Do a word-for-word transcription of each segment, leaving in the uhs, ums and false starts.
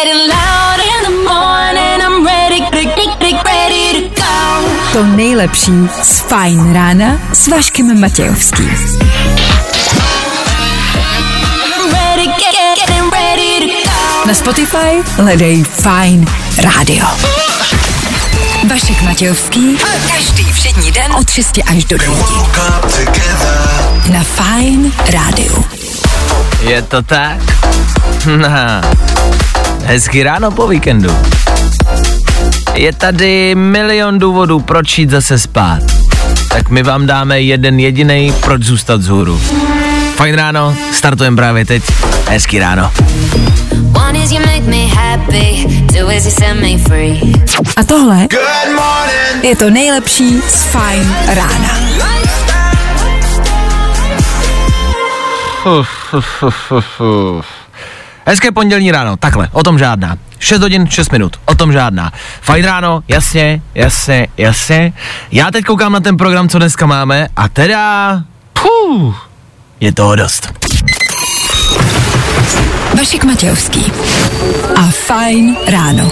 To nejlepší z Fajn rána s Vaškem Matějovským. Na Spotify hledej Fajn rádio. Vašek Matějovský. Každý všední den od šesti až do devíti. Na Fajn rádiu. Je to tak? Hezký ráno po víkendu. Je tady milion důvodů, proč jít zase spát. Tak my vám dáme jeden jedinej, proč zůstat vzhůru. Fajn ráno, startujeme právě teď. Hezký ráno. A tohle je to nejlepší z Fajn rána. Uf, uf, uf, uf, uf. Hezké pondělní ráno, takhle, o tom žádná. šest hodin, šest minut, o tom žádná. Fajn ráno, jasně, jasně, jasně. Já teď koukám na ten program, co dneska máme a teda, puh, je toho dost. Vašek Matějovský a Fajn ráno.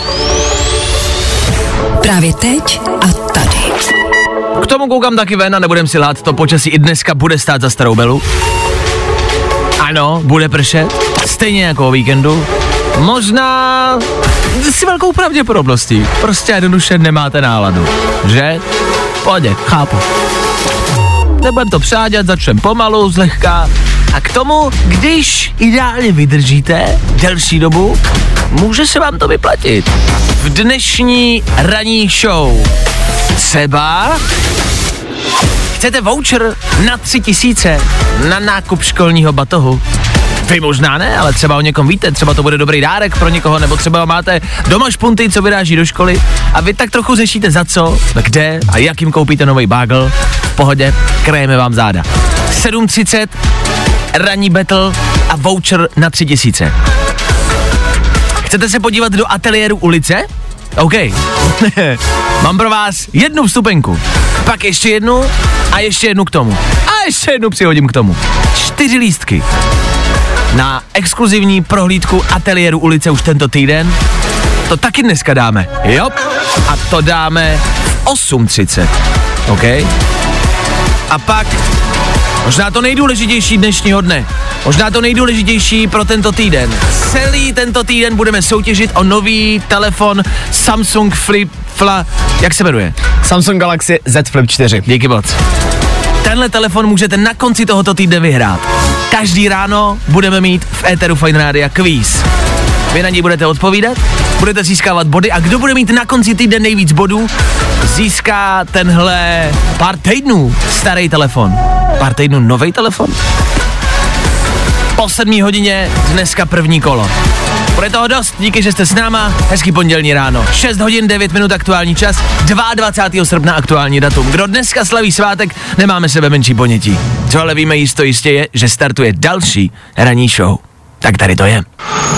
Právě teď a tady. K tomu koukám taky ven a nebudem si lhát, to počasí i dneska bude stát za starou belu. Ano, bude pršet, stejně jako o víkendu. Možná s velkou pravděpodobností. Prostě jednoduše nemáte náladu, že? Pohodě, chápu. Nebudem to přádět, začnem pomalu, zlehka. A k tomu, když ideálně vydržíte delší dobu, může se vám to vyplatit. V dnešní ranní show třeba chcete voucher na tři tisíce na nákup školního batohu. Vy možná ne, ale třeba o někom víte, třeba to bude dobrý dárek pro někoho, nebo třeba máte doma špunty, co vyráží do školy a vy tak trochu řešíte za co, kde a jak jim koupíte nový bagel. V pohodě, krajeme vám záda. sedm třicet, ranní battle a voucher na tři tisíce. Chcete se podívat do ateliéru ulice? OK. Mám pro vás jednu vstupenku, pak ještě jednu a ještě jednu k tomu. A ještě jednu přihodím k tomu. Čtyři lístky na exkluzivní prohlídku ateliéru ulice už tento týden. To taky dneska dáme. Jo. A to dáme v osm třicet. OK. A pak možná to nejdůležitější dnešního dne. Možná to nejdůležitější pro tento týden. Celý tento týden budeme soutěžit o nový telefon Samsung Flip, fla, jak se jmenuje? Samsung Galaxy Z Flip čtyři. Díky moc. Tenhle telefon můžete na konci tohoto týdne vyhrát. Každý ráno budeme mít v éteru Fajn Rádia kvíz. Vy na něj budete odpovídat, budete získávat body a kdo bude mít na konci týdne nejvíc bodů, získá tenhle pár týdnů starý telefon. Pár týdnů nový telefon? Po sedmý hodině dneska první kolo. Bude toho dost, díky, že jste s náma, hezký pondělní ráno. šest hodin, devět minut aktuální čas, dvacátého druhého srpna aktuální datum. Kdo dneska slaví svátek, nemáme sebe menší ponětí. Co ale víme jisto jistě je, že startuje další ranní show. Tak tady to je.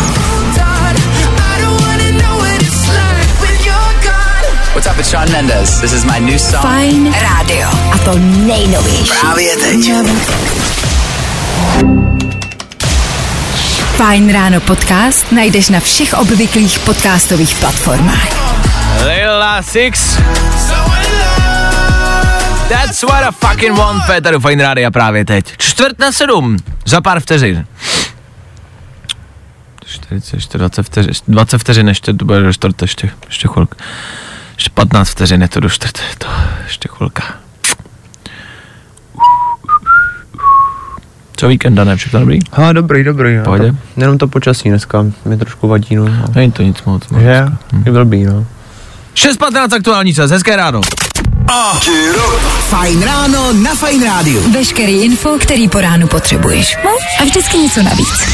What's up, it's Shawn Mendes. This is my new song. Fajn rádio. A to nejnovější. Právě teď. Fajn ráno podcast najdeš na všech obvyklých podcastových platformách. Lil Nas X. That's what I fucking want. Féteru Fajn Rádia právě teď. Čtvrt na sedm. Za pár vteřin. čtyřicet, čtyřicet, dvacet vteřin. dvacet vteřin ještě, to bude do čtvrt, ještě, ještě chvilka. Ještě patnáct vteřin je to do čtvrt. To ještě chvilka. Co víkend, Dané, všechno dobrý? Ha, dobrý, dobrý. No. Pohodě? To, jenom to počasí dneska mě trošku vadí, no. Není to nic moc. moc. Je, hm. je blbý, no. šest patnáct aktuální čas, hezké ráno. Oh. Fajn ráno na Fajn rádiu. Veškerý info, který po ránu potřebuješ. No? A vždycky něco navíc.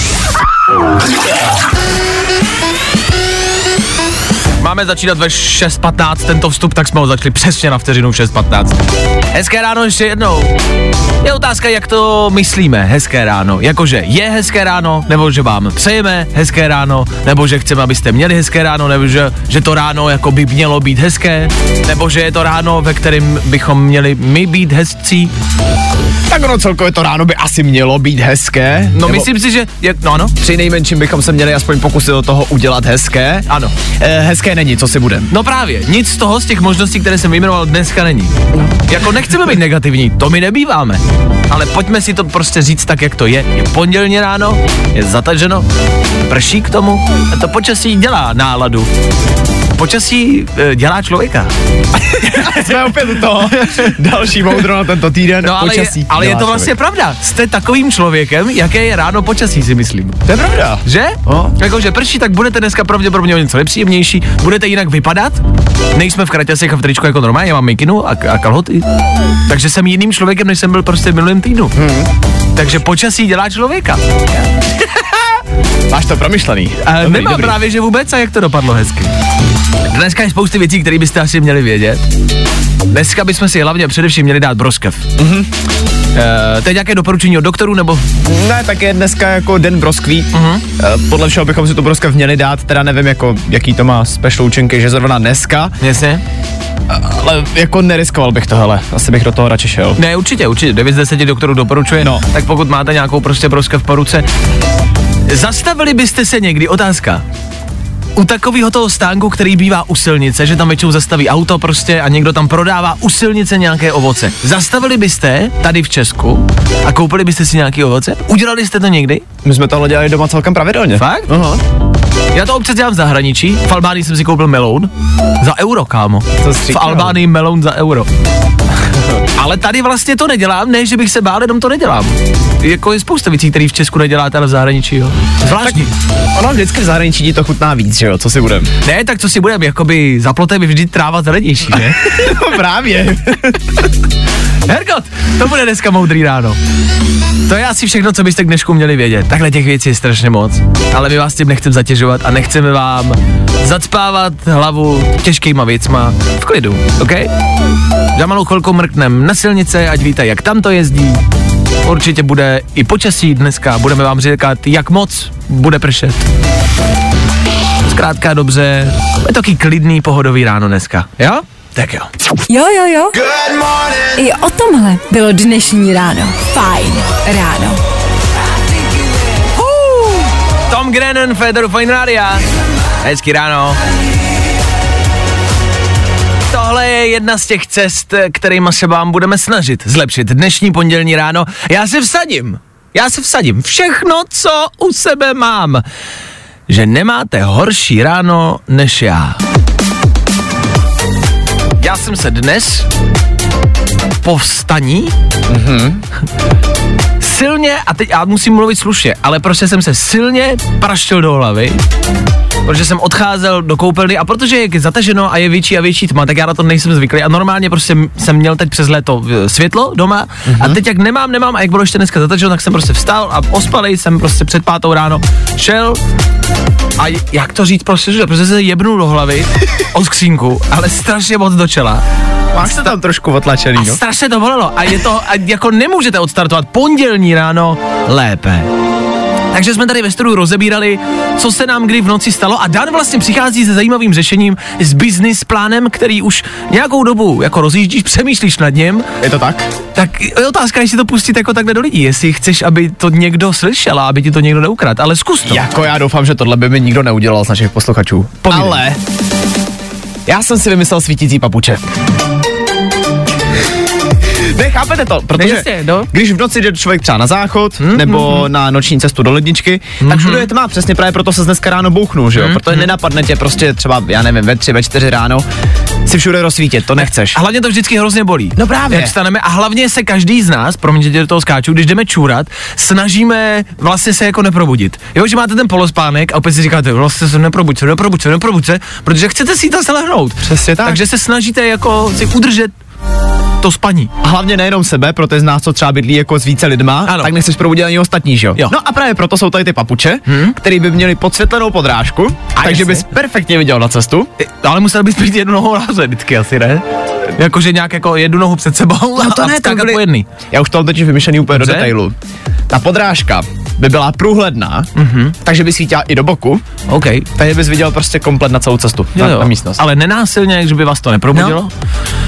Máme začínat ve šest patnáct tento vstup, tak jsme ho začali přesně na vteřinu šest patnáct. Hezké ráno ještě jednou. Je otázka, jak to myslíme, hezké ráno. Jakože je hezké ráno, nebo že vám přejeme hezké ráno, nebo že chceme, abyste měli hezké ráno, nebo že, že to ráno jako by mělo být hezké, nebo že je to ráno, ve kterém bychom měli my být hezcí. Tak ono celkově to ráno by asi mělo být hezké. No myslím si, že, je, no ano. Při nejmenším bychom se měli aspoň pokusit do toho udělat hezké. Ano. E, hezké není, co si budem. No právě, nic z toho, z těch možností, které jsem vyjmenoval, dneska není. No. Jako nechceme být negativní, to my nebýváme. Ale pojďme si to prostě říct tak, jak to je. Je pondělní ráno, je zataženo, prší k tomu a to počasí dělá náladu. Počasí e, dělá člověka. Jsme opět u toho. Další moudro na tento týden. No, ale počasí je, ale je to vlastně člověk. Pravda. Jste takovým člověkem, jaké je ráno počasí, si myslím. To je pravda. Že? No. Jakože prší, tak budete dneska pravděpodobně o něco nepříjemnější, budete jinak vypadat. Nejsme v kraťasech a v tričku jako normálně, já mám mikinu a, a kalhoty. Takže jsem jiným člověkem, než jsem byl prostě v minulém týdnu. Hmm. Takže počasí dělá člověka. Máš to promyšlený. A dobrý, nemám dobrý. právě, že vůbec, a jak to dopadlo hezky. Dneska je spousty věcí, které byste asi měli vědět. Dneska bychom si hlavně především měli dát broskev. Mhm. E, to je nějaké doporučení od doktorů, nebo? Ne, tak je dneska jako den broskví. Mhm. E, podle všeho bychom si tu broskev měli dát, teda nevím, jako, jaký to má special účinky, že zrovna dneska. Jasně. Ale jako neriskoval bych to, hele. Asi bych do toho radši šel. Ne, určitě, určitě. devět z deseti doktorů doporučuje. No. Tak pokud máte nějakou prostě broskev po ruce. Zastavili byste se někdy, otázka, u takového toho stánku, který bývá u silnice, že tam většinou zastaví auto prostě a někdo tam prodává u silnice nějaké ovoce. Zastavili byste tady v Česku a koupili byste si nějaké ovoce? Udělali jste to někdy? My jsme tohle dělali doma celkem pravidelně. Fakt? Aha. Já to občas dělám v zahraničí. V Albánii jsem si koupil meloun. Za euro, kámo. To jsi v říkal. Albánii meloun za euro. Ale tady vlastně to nedělám, ne, že bych se bál, jenom to nedělám. Jako je spousta věcí, které v Česku neděláte, ale v zahraničí, jo. Zvláštní. Ono vždycky v zahraničí ti to chutná víc, že jo, co si budem. Ne, tak co si budem, jakoby za plotem je vždy tráva zelenější, ne? No právě. Hergot, to bude dneska moudrý ráno. To je asi všechno, co byste k dnešku měli vědět. Takhle těch věcí je strašně moc, ale my vás tím nechceme zatěžovat a nechceme vám zacpávat hlavu těžkýma věcma v klidu, OK? Za malou chvilku mrknem na silnice, ať víte, jak tam to jezdí. Určitě bude i počasí dneska, budeme vám říkat, jak moc bude pršet. Zkrátka dobře, je taky klidný, pohodový ráno dneska, jo? Tak jo. Jo, jo, jo. I o tomhle bylo dnešní ráno. Fajn ráno. Uh, Tom Grennan, Féteru Fajn Rádia. Hezký ráno. Tohle je jedna z těch cest, kterýma se vám budeme snažit zlepšit dnešní pondělní ráno. Já se vsadím, já se vsadím všechno, co u sebe mám, že nemáte horší ráno než já. Já jsem se dnes po vstaní mm-hmm. silně, a teď já musím mluvit slušně, ale prostě jsem se silně praštil do hlavy, protože jsem odcházel do koupelny a protože je zataženo a je větší a větší tma, tak já na to nejsem zvyklý a normálně prostě jsem měl teď přes léto světlo doma mm-hmm. a teď jak nemám, nemám a jak bylo ještě dneska zataženo, tak jsem prostě vstal a ospalej jsem prostě před pátou ráno šel a jak to říct prostě, že prostě se jebnul do hlavy od skřínku, ale strašně moc do čela. Máš to tam trošku otlačený, a no? strašně to bolelo a je to, a jako nemůžete odstartovat pondělní ráno lépe. Takže jsme tady ve studiu rozebírali, co se nám kdy v noci stalo a Dan vlastně přichází se zajímavým řešením, s business plánem, který už nějakou dobu jako rozjíždíš, přemýšlíš nad něm. Je to tak? Tak je otázka, jestli to pustit jako takhle do lidí, jestli chceš, aby to někdo slyšel a aby ti to někdo neukradl, ale zkus to. Jako já doufám, že tohle by mi nikdo neudělal z našich posluchačů. Povídej. Ale já jsem si vymyslel svítící papuče. Ne, chápete to, protože Nejistě, no. když v noci jde člověk třeba na záchod, mm, nebo mm, na noční cestu do ledničky, mm, tak všude je tma, přesně právě proto se dneska ráno bouchnu, že jo, mm, protože mm. nenapadne tě prostě třeba, já nevím, ve tři, ve čtyři ráno si všude rozsvítit, to nechceš. A hlavně to vždycky hrozně bolí. No právě. Jak vstaneme a hlavně se každý z nás, promiň, že tě do toho skáču, když jdeme čůrat, snažíme vlastně se jako neprobudit. Jo, že máte ten polospánek a opět si říkáte, vlastně se neprobuď se, neprobuď se, neprobuď se, protože chcete si tam se lehnout. Přesně tak. Takže se snažíte jako si udržet to spaní. A hlavně nejenom sebe, pro ty z nás, co třeba bydlí jako s více lidma, Ano. tak nechceš probudit ani ostatní, že jo? Jo. No a právě proto jsou tady ty papuče, hmm. které by měly podsvětlenou podrážku, A takže jasně. bys perfektně viděl na cestu. Ale musel bys být jednu nohou nahoře vždycky asi, ne? Jakože nějak jako jednu nohu před sebou No to a ne, to skákat byly- po jedný. Já už to mám teď vymyšlený úplně Dobře. do detailu. Ta podrážka by byla průhledná, Mhm. takže by svítila i do boku, OK. takže bys viděl prostě komplet na celou cestu, Jo, na, jo. na místnost. Ale nenásilně, že by vás to neprobudilo. No.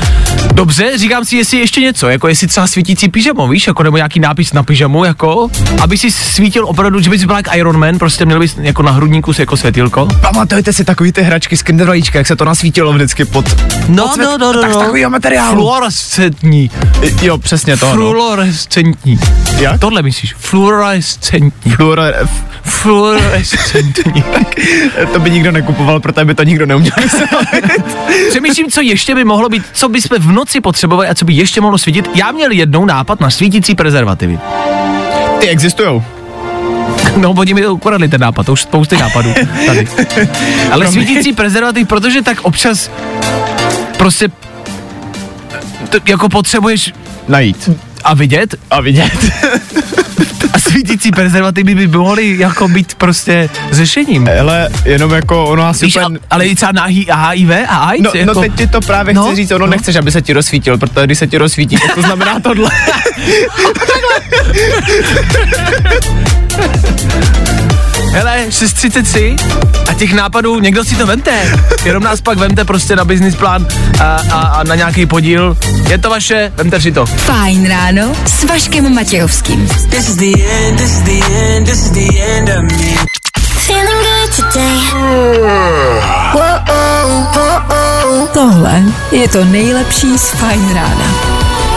Dobře, říkám si, jestli ještě něco, jako jestli třeba svítící pyžamo, víš, jako nebo nějaký nápis na pyžamu, jako, aby si svítil opravdu, že bys byl jak Iron Man, prostě měl bys jako na hrudníku jako světýlko. Pamatujete si takový ty hračky z kindervajíčka, jak se to nasvítilo vždycky pod, no, pod svět, no, no, no, tak z no. takovýho materiálu. Fluorescentní. Jo, přesně to, no. Fluorescentní. Jak? Tohle myslíš, fluorescentní. Fluore... Fluorescentní. To by nikdo nekupoval, protože by to nikdo neuměl vysvětlit. Přemýšlím, co ještě by mohlo být, co bychom v noci potřebovali a co by ještě mohlo svítit. Já měl jednou nápad na svítící prezervativy. Ty existujou. No, oni mi to ukradli ten nápad, to už spousty nápadů tady. Ale Promiň. svítící prezervativ, protože tak občas prostě to, jako potřebuješ Najít. a vidět A vidět. a svítící prezervativy by mohly jako být prostě řešením. Hele, jenom jako ono asi Víš, úplně... a, ale i třeba na H I V a AIDS. No, jako... no teď ti to právě No, chci říct, ono no. nechceš, aby se ti rozsvítil, protože když se ti rozsvítí, tak to znamená tohle. Hele, šest třicet tři a těch nápadů, někdo si to vemte. Jenom nás pak vemte prostě na business plán a, a, a na nějaký podíl. Je to vaše, vemte si to. Fajn ráno s Vaškem Matějovským. This is the end, this is the end, this is the end of me. Feeling good today. Tohle je to nejlepší z Fajn rána.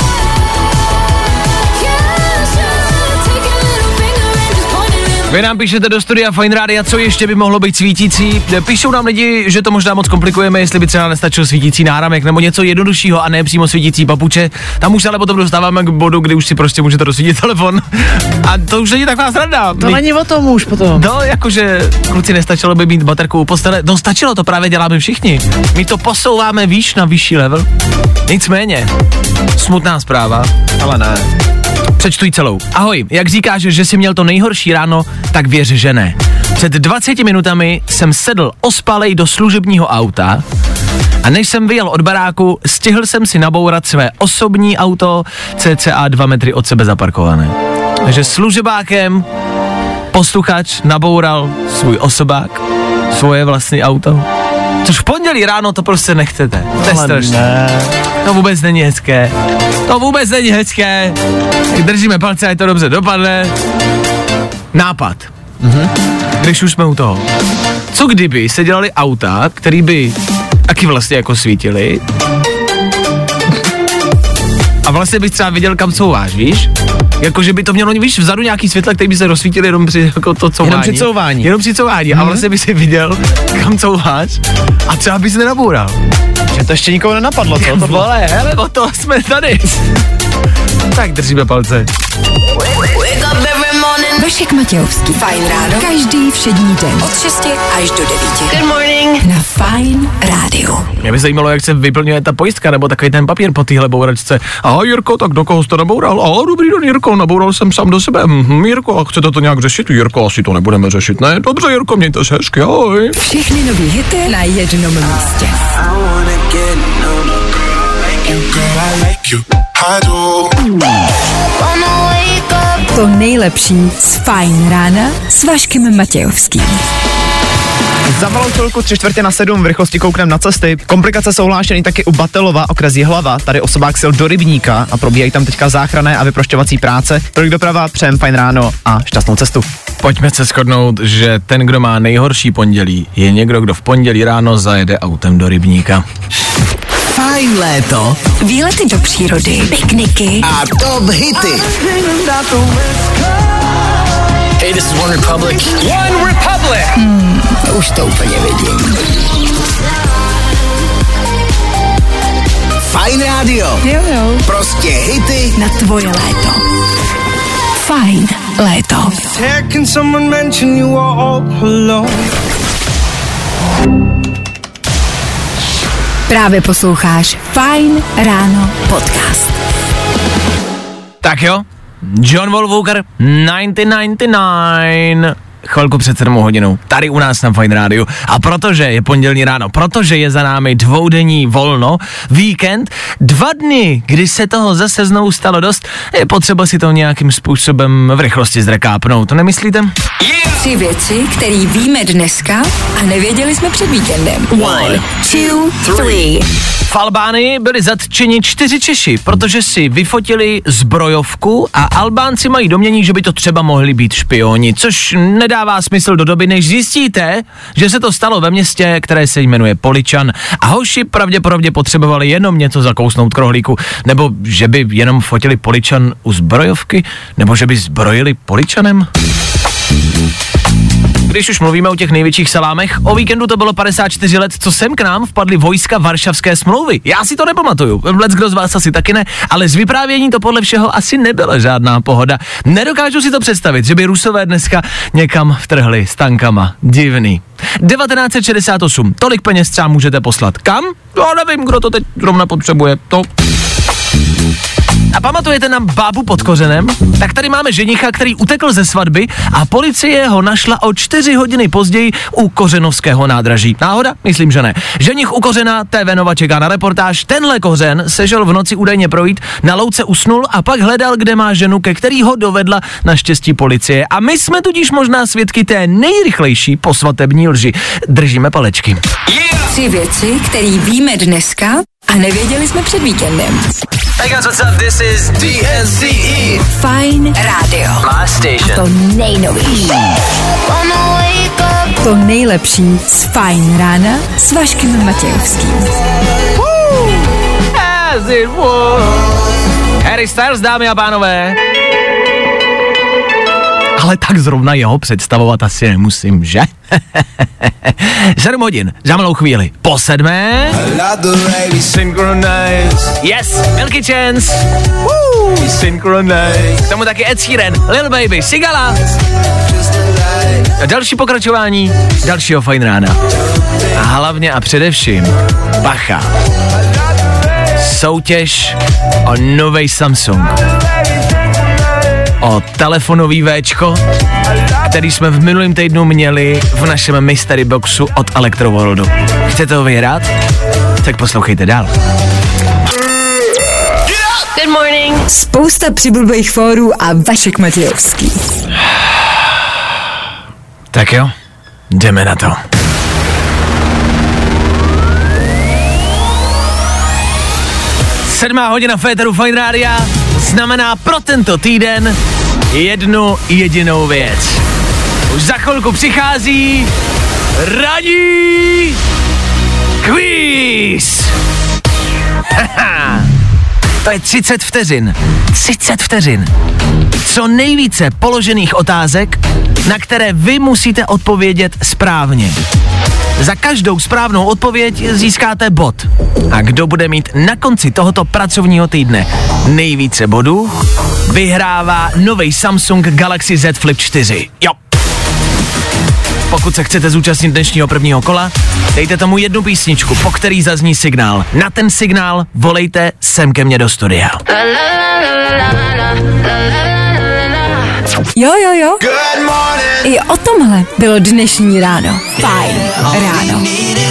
Vy nám píšete do studia Fajn Rádia, co ještě by mohlo být svítící. Píšou nám lidi, že to možná moc komplikujeme, jestli by třeba nestačil svítící náramek nebo něco jednoduššího a ne přímo svítící papuče. Tam už se ale potom dostáváme k bodu, kdy už si prostě můžete rozsvítit telefon. A to už není taková sranda. To není o tom už potom. No, jakože kluci nestačilo by mít baterku u postele. No stačilo, to právě děláme všichni. My to posouváme výš na vyšší level. Nicméně, smutná zpráva. Ale ne. Přečtu jí celou. Ahoj, jak říkáš, že jsi měl to nejhorší ráno, tak věř, že ne. Před dvaceti minutami jsem sedl ospalej do služebního auta a než jsem vyjel od baráku, stihl jsem si nabourat své osobní auto cca dva metry od sebe zaparkované. Takže služebákem posluchač naboural svůj osobák, svoje vlastní auto. Což v pondělí ráno to prostě nechcete. To je strašné. To vůbec není hezké. To vůbec není hezké. Tak držíme palce, ať to dobře dopadne. Nápad. Mhm. Když už jsme u toho. Co kdyby se dělali auta, který by taky vlastně jako svítily a vlastně bych třeba viděl, kam couváš, víš? Jakože by to mělo, víš, vzadu nějaký světla, který by se rozsvítili jenom při jako to couvání. Jenom při couvání. Jenom při couvání. Hmm. A vlastně by si viděl, kam couváš a třeba by se nenaboural. Že to ještě nikoho nenapadlo, co? To Vole, hele, o to jsme tady. Tak držíme palce. Vašek Matějovský. Fajn ráno. Každý všední den. Od šesti až do devíti. Good morning. Na Fajn rádiu. Mě by zajímalo, jak se vyplňuje ta pojistka, nebo takový ten papír po téhle bouračce. Ahoj Jirko, tak do koho jste naboural? Ahoj, dobrý den Jirko, naboural jsem sám do sebe. Hm, Jirko, a chcete to nějak řešit? Jirko, asi to nebudeme řešit, ne? Dobře Jirko, mějte se hezky, ahoj. Všechny nový hity na jednom místě. To nejlepší z Fajn rána s Vaškem Matějovským. Za malou chvilku tři čtvrtě na sedm v rychlosti kouknem na cesty. Komplikace jsou hlášeny taky u Batelova, okres Jihlava. Tady osobák sil do Rybníka a probíhají tam teďka záchranné a vyprošťovací práce. Tolik doprava, přejem fajn ráno a šťastnou cestu. Pojďme se shodnout, že ten, kdo má nejhorší pondělí, je někdo, kdo v pondělí ráno zajede autem do Rybníka. Fajn léto Výlety do přírody, pikniky a top hity. Hey, this is One Republic. One Republic! Hmm, už to úplně vidím. Fajn rádio. Jo, jo. Prostě hity Na tvoje léto. Fajn léto. Can someone mention you are all alone? Právě posloucháš Fajn ráno podcast. Tak jo, John Wolfwalker, devatenáct set devadesát devět, chvilku před sedmou hodinou, tady u nás na Fajn rádiu. A protože je pondělní ráno, protože je za námi dvoudenní volno, víkend, dva dny, kdy se toho zase znovu stalo dost, je potřeba si to nějakým způsobem v rychlosti zrekápnout, to nemyslíte? Tři věci, které víme dneska a nevěděli jsme před víkendem. One, two, three. V Albánii byli zatčeni čtyři Češi, protože si vyfotili zbrojovku a Albánci mají domnění, že by to třeba mohli být špioni, což nedává smysl do doby, než zjistíte, že se to stalo ve městě, které se jmenuje Poličan a hoši pravděpodobně potřebovali jenom něco zakousnout k rohlíku, nebo že by jenom fotili Poličan u zbrojovky, nebo že by zbrojili Poličanem. Když už mluvíme o těch největších salámech, o víkendu to bylo padesát čtyři let, co sem k nám vpadly vojska Varšavské smlouvy. Já si to nepamatuju, leckdo z vás asi taky ne, ale z vyprávění to podle všeho asi nebyla žádná pohoda. Nedokážu si to představit, že by Rusové dneska někam vtrhli s tankama. Divný. devatenáct set šedesát osm, tolik peněz třeba můžete poslat. Kam? No nevím, kdo to teď zrovna potřebuje. To... A pamatujete na bábu pod kořenem? Tak tady máme ženicha, který utekl ze svatby a policie ho našla o čtyři hodiny později u Kořenovského nádraží. Náhoda? Myslím, že ne. Ženich u Kořena, T V Nova čeká na reportáž. Tenhle Kořen sežel v noci údajně projít, na louce usnul a pak hledal, kde má ženu, ke který ho dovedla naštěstí policie. A my jsme tudíž možná svědky té nejrychlejší posvatební lži. Držíme palečky. Yeah! Tři věci, které víme dneska a nevěděli jsme před víkendem. Hey guys, what's up? This is D N C E. Fajn rádio. My station. A to nejnovější. To nejlepší z Fajn rána s Vaškem Matějovským. As it was. Harry Styles, dámy a pánové. Ale tak zrovna jeho představovat asi nemusím, že? sedm hodin, za malou chvíli. Po sedmé. Synchronize. Yes, Milky Chance. Woo, synchronize. K tomu taky Ed Sheeran, Lil Baby, Sigala. A další pokračování dalšího Fajn rána. A hlavně a především, bacha, soutěž o novej Samsung. O telefonový véčko, který jsme v minulém týdnu měli v našem mystery boxu od Electroworldu. Chcete ho vyhrát? Tak poslouchejte dál. Good morning. Spousta přibulbých fórů a Vašek Matějovský. Tak jo, jdeme na to. Sedmá hodina féteru Fajn rádia znamená pro tento týden jednu jedinou věc. Už za chvilku přichází ranní kvíz. To je třicet vteřin. třicet vteřin. Co nejvíce položených otázek, na které vy musíte odpovědět správně. Za každou správnou odpověď získáte bod. A kdo bude mít na konci tohoto pracovního týdne nejvíce bodů, vyhrává nový Samsung Galaxy Z Flip čtyři. Jo. Pokud se chcete zúčastnit dnešního prvního kola, dejte tomu jednu písničku, po který zazní signál. Na ten signál volejte sem ke mně do studia. Jo, jo, jo. Good morning. I o tomhle bylo dnešní ráno. Fajn ráno.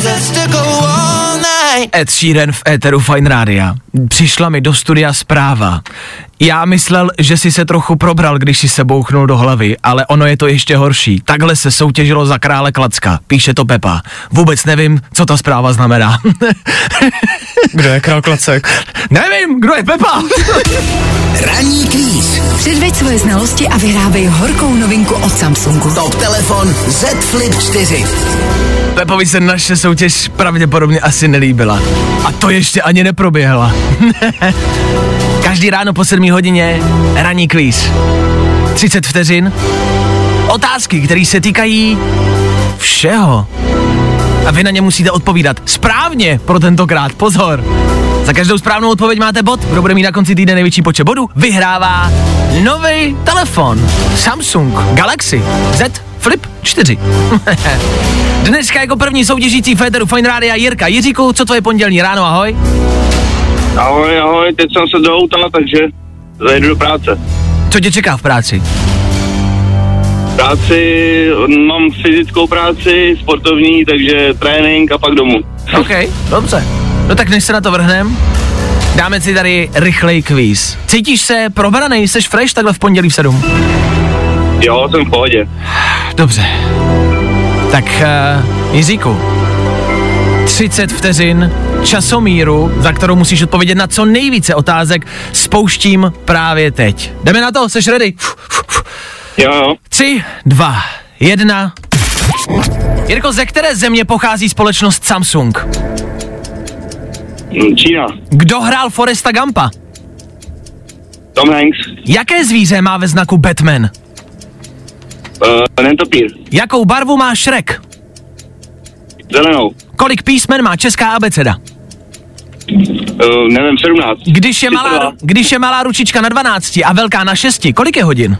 Ed Sheeran v éteru Fajn rádia. Přišla mi do studia zpráva. Já myslel, že si se trochu probral, když si se bouchnul do hlavy, ale ono je to ještě horší. Takhle se soutěžilo za krále Klacka. Píše to Pepa. Vůbec nevím, co ta zpráva znamená. Kdo je král Klacek? Nevím, kdo je Pepa. Ranní kvíz. Předveď svoje znalosti a vyhrávej horkou novinku od Samsungu. Top telefon Z Flip čtyři. Pepovi se naše soutěž pravděpodobně asi nelíbila. A to ještě ani neproběhla. Každý ráno po sedmé hodině ranní kvíz. třicet vteřin. Otázky, které se týkají všeho. A vy na ně musíte odpovídat správně pro tentokrát. Pozor. Za každou správnou odpověď máte bod. Kdo bude mít na konci týdne největší počet bodů, vyhrává nový telefon. Samsung Galaxy Z Flip čtyři. Dneska jako první soutěžící féteru Fajn rádia Jirka. Jiříku, co tvoje pondělní ráno, ahoj? Ahoj, ahoj, teď jsem se do auta, takže zajedu do práce. Co tě čeká v práci? Práci, mám fyzickou práci, sportovní, takže trénink a pak domů. OK, dobře. No tak než se na to vrhnem, dáme si tady rychlej kvíz. Cítíš se probranej, seš fresh takhle v pondělí v sedm? Jo, jsem v pohodě. Dobře. Tak uh, Jiříku, třicet vteřin časomíru, za kterou musíš odpovědět na co nejvíce otázek, spouštím právě teď. Jdeme na to, seš ready? Jo, jo. Tři, dva, jedna. Jirko, ze které země pochází společnost Samsung? Čína. Kdo hrál Foresta Gumpa? Tom Hanks. Jaké zvíře má ve znaku Batman? Uh, Nentopír. Jakou barvu má Shrek? Zelenou. Kolik písmen má česká abeceda? Uh, nevím, sedmnáct. Když je, malá, když je malá ručička na dvanácti a velká na šesti, kolik je hodin?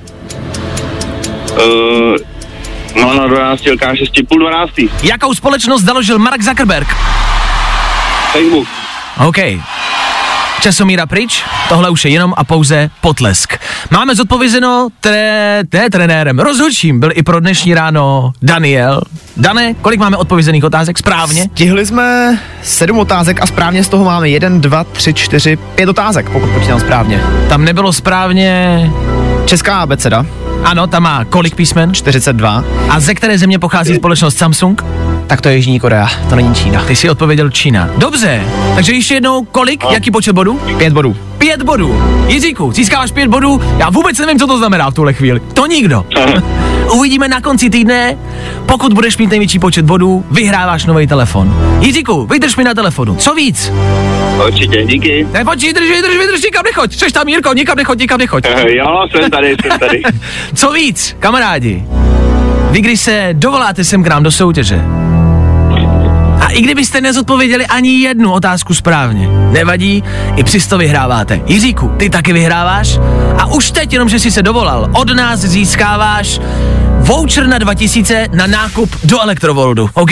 Uh, malá na dvanácti, velká na šesti, půl dvanáctý. Jakou společnost založil Mark Zuckerberg? Facebook. OK. Časomíra pryč, tohle už je jenom a pouze potlesk. Máme zodpovězeno tre, té trenérem, rozhodčím byl i pro dnešní ráno Daniel. Dane, kolik máme odpovězených otázek správně? Stihli jsme sedm otázek a správně z toho máme jeden, dva, tři, čtyři, pět otázek, pokud počítám správně. Tam nebylo správně... Česká abeceda. Ano, tam má kolik písmen? čtyřicet dva. A ze které země pochází společnost Samsung? Tak to je Jižní Korea, to není Čína. Ty jsi odpověděl Čína. Dobře, takže ještě jednou kolik, jaký počet bodů? Pět bodů. Pět bodů. Jiříku, získáváš pět bodů, já vůbec nevím, co to znamená v tuhle chvíli. To nikdo. Uvidíme na konci týdne, pokud budeš mít největší počet bodů, vyhráváš nový telefon. Jiříku, vydrž mi na telefonu, co víc? Určitě, díky. Ne, pojď, vydrž, vydrž, vydrž, nikam nechoď, seš tam, Jirko, nikam nechoď, nikam nechoď. Uh, jo, jsem tady, jsem tady. Co víc, kamarádi? Vy, když se dovoláte sem k nám do soutěže, a i kdybyste nezodpověděli ani jednu otázku správně, nevadí, i přesto vyhráváte. Jiříku, ty taky vyhráváš a už teď, jenom že jsi se dovolal, od nás získáváš voucher na dva tisíce na nákup do Elektrovoldu, OK?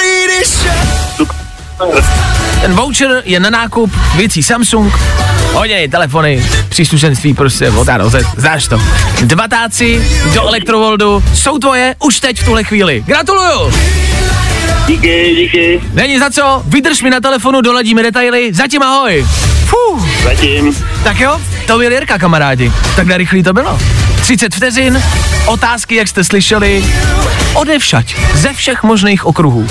Ten voucher je na nákup věcí Samsung, hodiny, telefony, příslušenství, prostě, otáno, znáš to. Dva táci do Elektrovoldu jsou tvoje už teď v tuhle chvíli. Gratuluju! Díky, díky. Není za co, vydrž mi na telefonu, doladíme detaily, zatím ahoj. Fuh. Zatím. Tak jo, to byl Jirka, kamarádi. Takhle rychlý to bylo. třicet vteřin, otázky, jak jste slyšeli, odevšať, ze všech možných okruhů.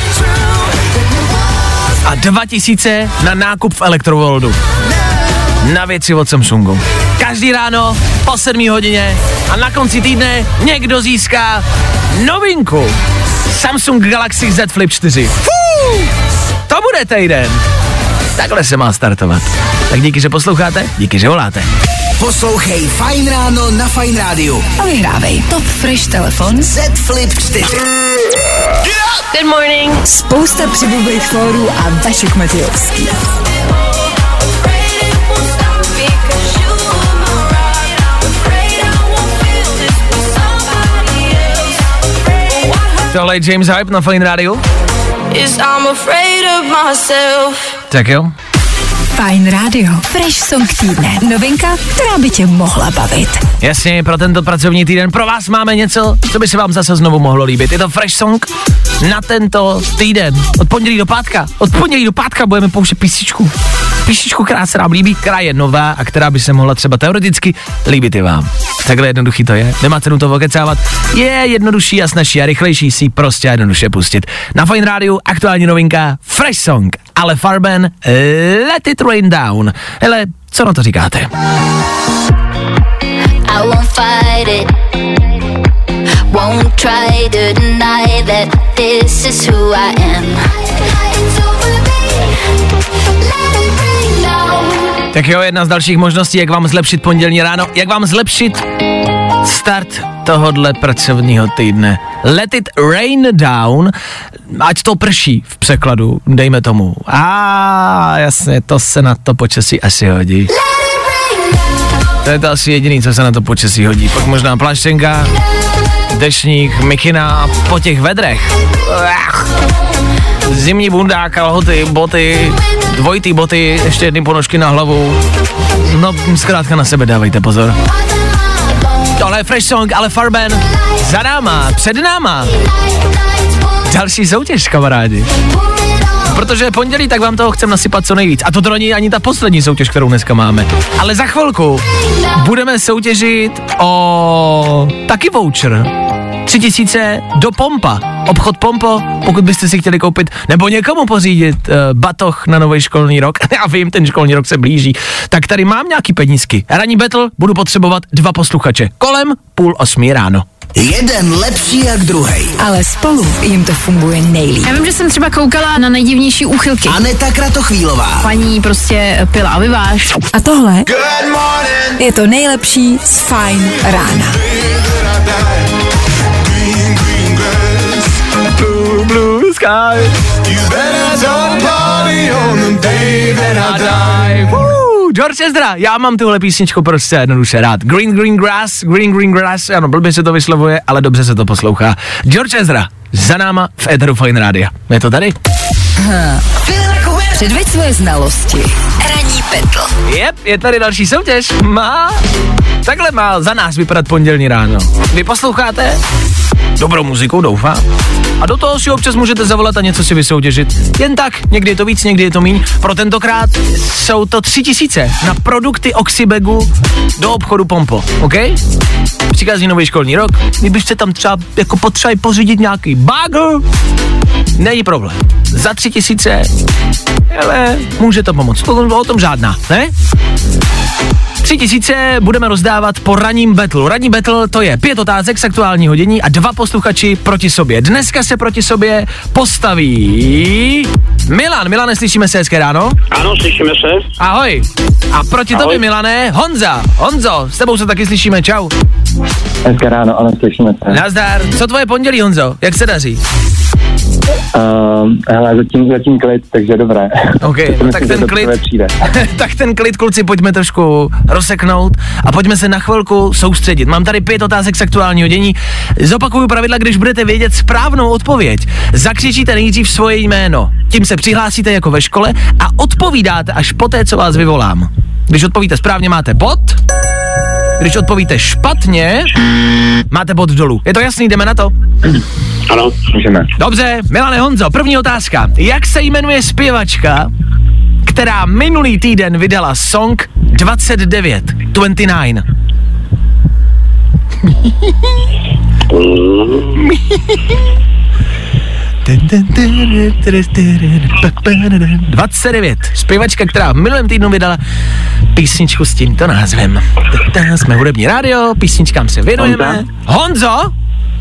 A dva tisíce na nákup v Elektrovoldu. Na věci od Samsungu. Každý ráno po sedmé hodině a na konci týdne někdo získá novinku. Samsung Galaxy Z Flip čtyři. Fuh, to bude týden. Takhle se má startovat. Tak díky, že posloucháte, díky, že voláte. Poslouchej Fajn ráno na Fajn rádiu. A vyhrávej Top Fresh telefon Z Flip čtyři. Good morning. Spousta přibulbých fórů a Vašek Matějovský. Tohle je James Hype na Fajn rádiu. Tak jo. Fajn rádio. Fresh song týdne. Novinka, která by tě mohla bavit. Jasně, pro tento pracovní týden pro vás máme něco, co by se vám zase znovu mohlo líbit. Je to Fresh song na tento týden. Od pondělí do pátka. Od pondělí do pátka budeme pouštět písničku. Písničku, která se nám líbí, která je nová a která by se mohla třeba teoreticky líbit i vám. Takhle jednoduchý to je. Nemá cenu to okecávat. Je jednodušší a snažší a rychlejší si prostě jednoduše pustit. Na Fajn rádiu aktuální novinka Fresh song. Ale Farben, Let It Rain Down. Hele, co na to říkáte? I won't fight it. Won't try to deny that this is who I am. Tak jo, jedna z dalších možností, jak vám zlepšit pondělní ráno, jak vám zlepšit start tohodle pracovního týdne. Let it rain down, ať to prší v překladu, dejme tomu. A jasně, to se na to počasí asi hodí. To je to asi jediný, co se na to počasí hodí. Pak možná pláštěnka, dešník, mikina a po těch vedrech. Zimní bundák, kalhoty, boty, dvojitý boty, ještě jedny ponožky na hlavu. No, zkrátka na sebe dávejte pozor. Tohle je Fresh song, ale Farben za náma, před náma. Další soutěž, kamarádi. Protože je pondělí, tak vám toho chcem nasypat co nejvíc. A to není ani ta poslední soutěž, kterou dneska máme. Ale za chvilku budeme soutěžit o taky voucher. Tři tisíce do Pompa. Obchod Pompo, pokud byste si chtěli koupit, nebo někomu pořídit uh, batoh na nový školní rok. Já vím, ten školní rok se blíží. Tak tady mám nějaký penízky. Ranní battle budu potřebovat dva posluchače. Kolem půl osmí ráno. Jeden lepší jak druhej. Ale spolu jim to funguje nejlíp. Já vím, že jsem třeba koukala na nejdivnější úchylky. Aneta Kratochvílová. Paní prostě pila a vyváž. A tohle je to nejlepší z Fajn rána. Blue, blue sky. You better don't party on the day that I die. Woo, George Ezra, já mám tuhle písničku prostě jednoduše rád. Green, green grass, green, green grass, ano, blbě se to vyslovuje, ale dobře se to poslouchá. George Ezra, za náma v éteru Fajn rádia. Je to tady? Ha. Předveď svoje znalosti. Ranní battle. Jep, je tady další soutěž. Má. Takhle má za nás vypadat pondělní ráno. Vy posloucháte? Dobrou muziku, doufám. A do toho si občas můžete zavolat a něco si vysoutěžit. Jen tak, někdy je to víc, někdy je to míň. Pro tentokrát jsou to tři tisíce na produkty Oxybegu do obchodu Pompo, OK? Přichází nový školní rok, kdybyste tam třeba jako potřebovali pořídit nějaký bagel, není problém. Za tři tisíce, ale může to pomoct. O tom žádná, ne? Tři tisíce budeme rozdávat po ranním battle. Ranní battle to je pět otázek z aktuálního dění a dva posluchači proti sobě. Dneska se proti sobě postaví Milan. Milane, slyšíme se, hezké ráno? Ano, slyšíme se. Ahoj. A proti Ahoj. tobě, Milane, Honza. Honzo, s tebou se taky slyšíme, čau. Hezké ráno, ale slyšíme se. Nazdar. Co tvoje pondělí, Honzo? Jak se daří? Uh, hele, zatím, zatím klid, takže dobré. OK, no tak ten klid, tak ten klid, kluci, pojďme trošku rozseknout a pojďme se na chvilku soustředit. Mám tady pět otázek z aktuálního dění. Zopakuju pravidla, když budete vědět správnou odpověď. Zakřičíte nejdřív svoje jméno, tím se přihlásíte jako ve škole a odpovídáte až poté, co vás vyvolám. Když odpovíte správně, máte bod. Když odpovíte špatně, máte bod dolů. Je to jasný, jdeme na to? Ano, můžeme. Dobře, Milane, Honzo, první otázka. Jak se jmenuje zpěvačka, která minulý týden vydala song dvacet devět, dvacet devět? dvacet devět. Zpěvačka, která v minulém týdnu vydala písničku s tímto názvem. Jsme hudební rádio, písničkám se věnujeme. Honzo?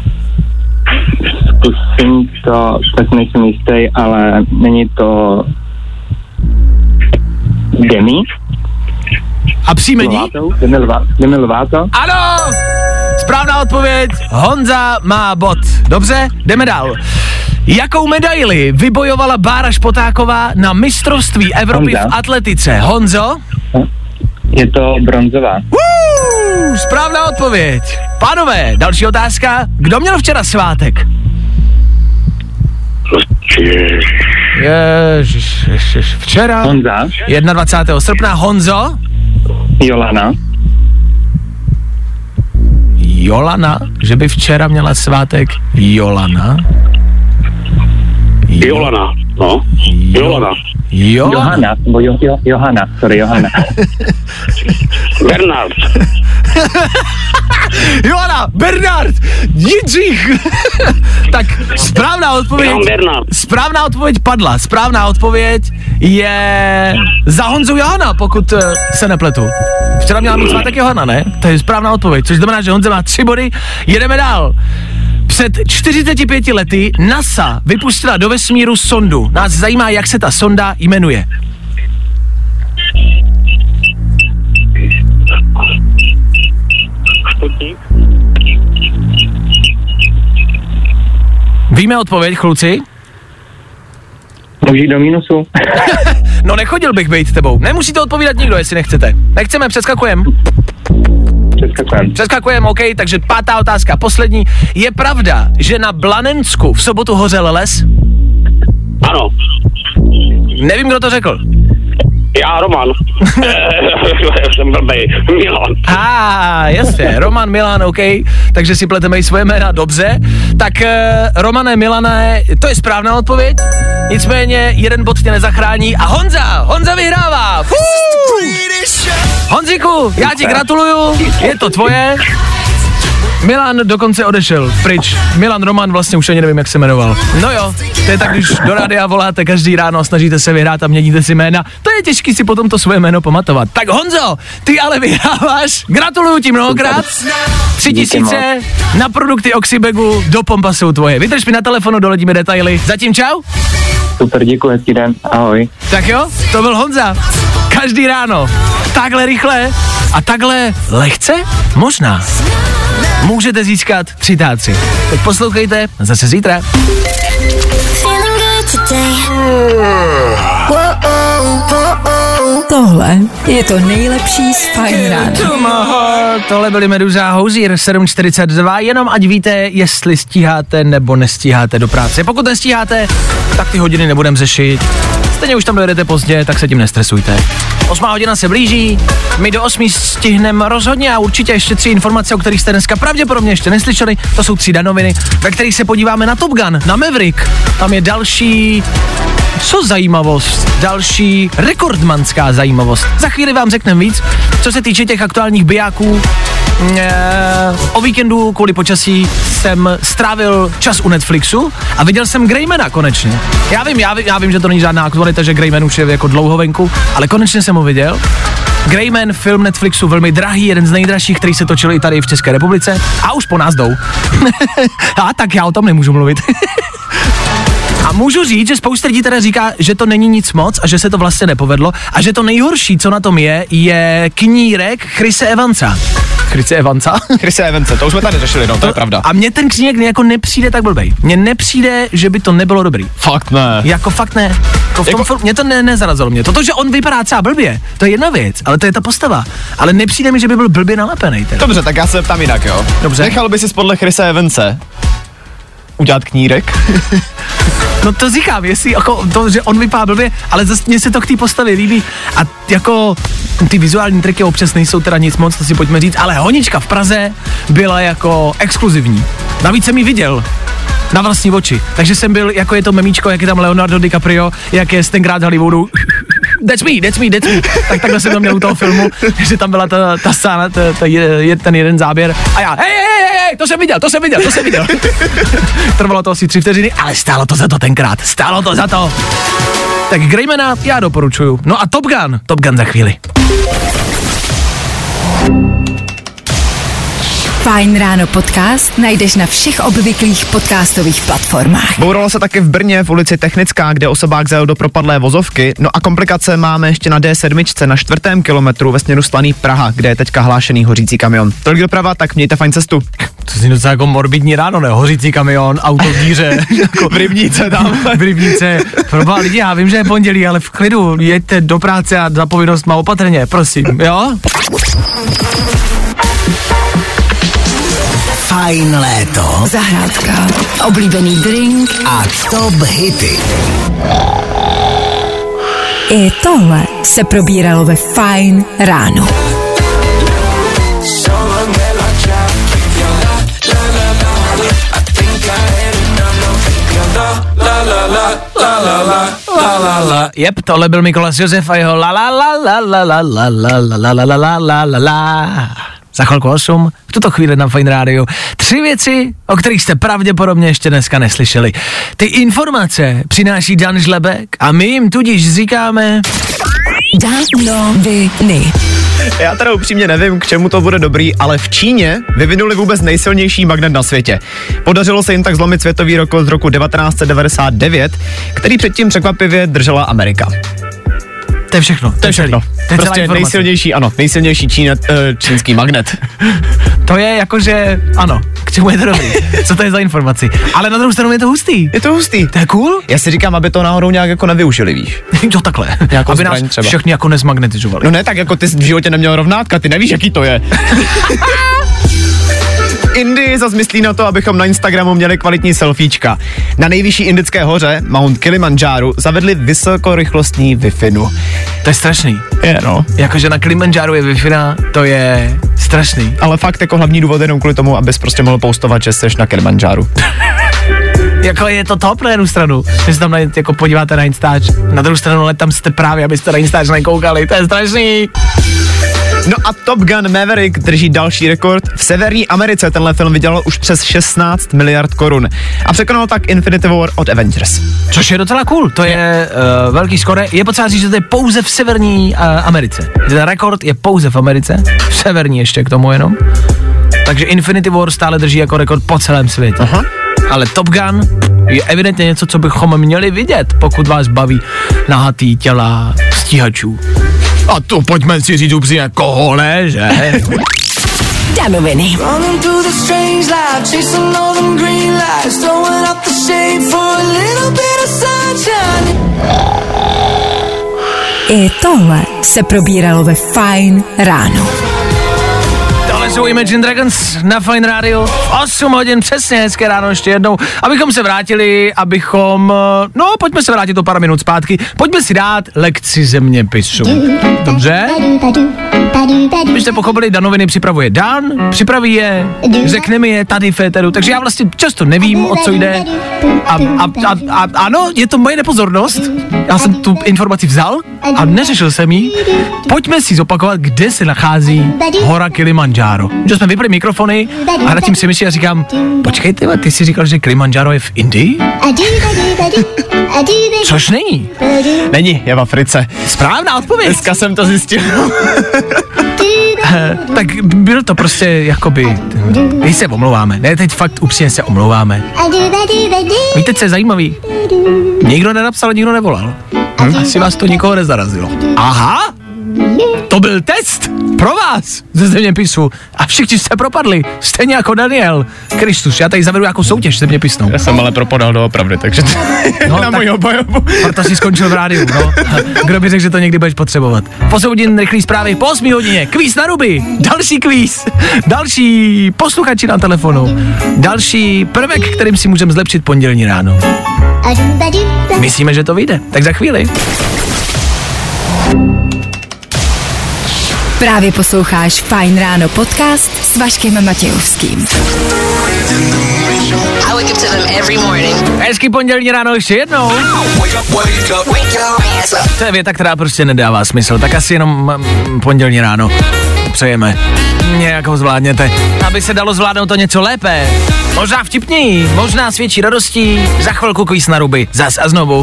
Zkusím to, tak nejsem jistý, ale není to Demi? A příjmení? Demi Lovato? Demi Lovato? Ano! Správná odpověď. Honza má bod. Dobře, jdeme dál. Jakou medaili vybojovala Bára Špotáková na mistrovství Evropy Honza. V atletice? Honzo? Je to bronzová. Uh, správná odpověď. Pánové, další otázka. Kdo měl včera svátek? Ježiš, ježiš, včera. Honza. dvacátého prvního srpna. Honzo? Jolana. Jolana? Že by včera měla svátek Jolana? Jo. Jolana, no. Jo. Jolana. Jolana. Johana, nebo jo, jo, Johana, sorry, Johana. Bernard. Johana, Bernard, Jindřich. Tak správná odpověď. Správná odpověď padla. Správná odpověď je za Honzu Johana, pokud se nepletu. Včera měla mít svátek Johana, ne? To je správná odpověď, což znamená, že Honza má tři body. Jedeme dál. Před čtyřiceti pěti lety NASA vypustila do vesmíru sondu. Nás zajímá, jak se ta sonda jmenuje. Víme odpověď, kluci? Můžu jít do mínusu? No nechodil bych být tebou. Nemusíte odpovídat nikdo, jestli nechcete. Nechceme, přeskakujem. Přeskakujem. Přeskakujem, OK, takže pátá otázka, poslední. Je pravda, že na Blanensku v sobotu hořel les? Ano. Nevím, kdo to řekl. Já, Roman. Jsem blbej. Milan. A, ah, jasně, Roman, Milan, OK, takže si pleteme i svoje jména, dobře. Tak, uh, Romane, Milane, to je správná odpověď, nicméně jeden bod tě nezachrání a Honza, Honza vyhrává. Fuuu. Honziku, já ti gratuluju, je to tvoje. Milan dokonce odešel pryč. Milan Roman, vlastně už ani nevím, jak se jmenoval. No jo, to je tak, když do rádia voláte každý ráno, snažíte se vyhrát a měníte si jména, to je těžký si potom to svoje jméno pamatovat. Tak Honzo, ty ale vyhráváš, gratuluju ti mnohokrát, tři tisíce na produkty Oxybegu do Pompa jsou tvoje. Vydrž mi na telefonu, doladíme detaily. Zatím čau. Super, děkuji, hezký den, ahoj. Tak jo, to byl Honza. Každý ráno, takhle rychle a takhle lehce, možná, můžete získat tři táci. Tak poslouchejte, zase zítra. Tohle je to nejlepší z Fajn rána. Tohle byly Meduza Hozier sedm čtyřicet dva, jenom ať víte, jestli stíháte nebo nestíháte do práce. Pokud nestíháte, tak ty hodiny nebudem řešit. Stejně už tam dojedete pozdě, tak se tím nestresujte. Osmá hodina se blíží, my do osmi stihneme rozhodně a určitě ještě tři informace, o kterých jste dneska pravděpodobně ještě neslyšeli. To jsou tři danoviny, ve kterých se podíváme na Top Gun, na Maverick. Tam je další, co zajímavost, další rekordmanská zajímavost. Za chvíli vám řekneme víc, co se týče těch aktuálních bijáků. E, o víkendu kvůli počasí jsem strávil čas u Netflixu a viděl jsem Greymana konečně. Já vím, já vím, já vím, že to není žádná aktualita, že Greyman už je jako dlouho venku, ale konečně jsem ho viděl. Greyman, film Netflixu, velmi drahý, jeden z nejdražších, který se točil i tady v České republice a už po nás jdou. A tak já o tom nemůžu mluvit. A můžu říct, že spousta lidí teda říká, že to není nic moc a že se to vlastně nepovedlo a že to nejhorší, co na tom je, je knírek Chrise Evansa. Chrise Evansa? Chrise Evansa, to už jsme tady řešili, no, to, to je pravda. A mně ten knírek jako nepřijde tak blbej. Mně nepřijde, že by to nebylo dobrý. Fakt ne. Jako fakt ne. Jako v tom jako... film, mě to ne, nezarazilo mě. Toto, že on vypadá třeba blbě, to je jedna věc, ale to je ta postava. Ale nepřijde mi, že by byl blbě nalepený. Teda. Dobře, tak já se ptám jinak, jo. Dobře. Nechal by si podle Chrise Evanse udělat knírek? No to říkám, jestli jako to, že on vypadá blbě, ale zase mně se to k té postavě líbí a jako ty vizuální triky občas nejsou teda nic moc, to si pojďme říct, ale honička v Praze byla jako exkluzivní. Navíc jsem ji viděl na vlastní oči, takže jsem byl, jako je to memíčko, jak je tam Leonardo DiCaprio, jak je tenkrát Hollywoodu, that's me, that's me, that's me, tak takhle jsem to měl u toho filmu, že tam byla ta, ta scéna, ta, ta, je, ten jeden záběr a já, hej, hej, hej, to jsem viděl, to jsem viděl, to jsem viděl. Trvalo to asi tři vteřiny, ale stálo to za to tenkrát, stálo to za to. Tak Greymana já doporučuju. No a Top Gun, Top Gun za chvíli. Fajn ráno podcast najdeš na všech obvyklých podcastových platformách. Bouralo se taky v Brně v ulici Technická, kde osobák zajel do propadlé vozovky. No a komplikace máme ještě na D sedm na čtvrtém kilometru ve směru Slaný Praha, kde je teďka hlášený hořící kamion. Tolik doprava, tak mějte fajn cestu. To je docela jako morbidní ráno, ne? Hořící kamion, auto v díře, jako v Rybníce tam. V Rybníce. Proboha lidi, já vím, že je pondělí, ale v klidu, jeďte do práce a za povinnost má opatrně, prosím, jo? Fajn léto. Zahrádka, oblíbený drink a top hity. I tohle se probíralo ve Fajn ráno. Jep, tohle byl Mikolas Josef a jeho la la la la la la la la la la la la la la. Za chvilku osm, v tuto chvíli na Fajn rádiu. Tři věci, o kterých jste pravděpodobně ještě dneska neslyšeli. Ty informace přináší Dan Žlebek a my jim tudíž říkáme... Danoviny. Já teda upřímně nevím, k čemu to bude dobrý, ale v Číně vyvinuli vůbec nejsilnější magnet na světě. Podařilo se jim tak zlomit světový rekord z roku devatenáct set devadesát devět, který předtím překvapivě držela Amerika. To je všechno. To je všechno. To je prostě nejsilnější, ano, nejsilnější čínet, uh, čínský magnet. To je jakože, ano, k čemu je to dobrý? Co to je za informaci? Ale na druhou stranu je to hustý. Je to hustý. To je cool? Já si říkám, aby to náhodou nějak jako nevyužili, víš. Jo, takhle. Nějakou aby nás třeba. Všechny jako nezmagnetizovali. No ne, tak jako ty v životě neměl rovnátka, ty nevíš, jaký to je. Indii zas myslí na to, abychom na Instagramu měli kvalitní selfiečka. Na nejvyšší indické hoře, Mount Kilimanjaro, zavedli vysokorychlostní Wi-Fi. To je strašný. Je, no. Jakože na Kilimanjaro je Wi-Fi, to je strašný. Ale fakt jako hlavní důvod jenom kvůli tomu, abys prostě mohl postovat, že jsi na Kilimanjaro. Jako je to top na jednu stranu, že se tam na, jako podíváte na Instač, na druhou stranu, ale tam jste právě, abyste na Instač nekoukali, to je strašný. No a Top Gun Maverick drží další rekord. V Severní Americe tenhle film vydělal už přes šestnáct miliard korun a překonal tak Infinity War od Avengers. Což je docela cool, to je uh, velký skore. Je potřeba říct, že to je pouze v Severní uh, Americe. Ten rekord je pouze v Americe, v Severní ještě k tomu jenom. Takže Infinity War stále drží jako rekord po celém světě. Aha. Ale Top Gun je evidentně něco, co bychom měli vidět, pokud vás baví nahatý těla stíhačů. A to pojďme si říct upřímně, koho ne, že? Danoviny. I tohle se probíralo ve Fajn ráno. Tohle jsou Imagine Dragons na Fajn rádiu. osm hodin přesně, hezké ráno ještě jednou. Abychom se vrátili, abychom... No, pojďme se vrátit o pár minut zpátky. Pojďme si dát lekci zeměpisu. Dobře? Když jste pochopili, danoviny připravuje Dan, připraví je, řekne mi je tady v éteru, takže já vlastně často nevím, o co jde. A, a, a, a ano, je to moje nepozornost. Já jsem tu informaci vzal a neřešil jsem ji. Pojďme si zopakovat, kde se nachází hora Kilimanjaro. Že jsme vypli mikrofony a nad tím si myslím a říkám, počkej, tyhle, ty jsi říkal, že Kilimanjaro je v Indii? Což není. Není, je v Africe. Správná odpověď. Dneska jsem to zjistil. Tak bylo to prostě jakoby, my se omlouváme, ne, teď fakt upřímně se omlouváme. Víte, co je zajímavý? Nikdo nenapsal, nikdo nevolal. Hm? Asi vás to nikoho nezarazilo. Aha! To byl test pro vás ze zeměpisu a všichni jste propadli, stejně jako Daniel. Kristus, já tady zavedu nějakou soutěž zeměpisnou. Já jsem ale propadal doopravdy, takže to no, na moji obhajobu. Proto jsi skončil v rádiu, no. Kdo by řekl, že to někdy budeš potřebovat. Po hodin rychlý zprávy, po osmi hodině, kvíz na ruby, další kvíz, další posluchači na telefonu, další prvek, kterým si můžeme zlepšit pondělní ráno. Myslíme, že to vyjde, tak za chvíli. Právě posloucháš Fajn ráno podcast s Vaškem Matějovským. Hezký pondělní ráno ještě jednou. To je věta, která prostě nedává smysl, tak asi jenom mm, pondělní ráno přejeme. Nějak ho zvládněte, aby se dalo zvládnout to něco lépe. Možná vtipněji, možná s větší radostí, za chvilku kvíz na ruby, zas a znovu.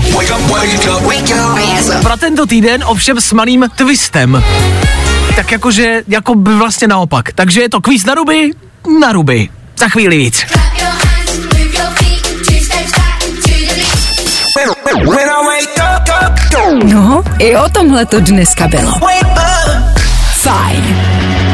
Pro tento týden ovšem s malým twistem. Tak jakože, jako by vlastně naopak. Takže je to kvíz na ruby, na ruby. Za chvíli víc. No, i o tomhle to dneska bylo. Fajn.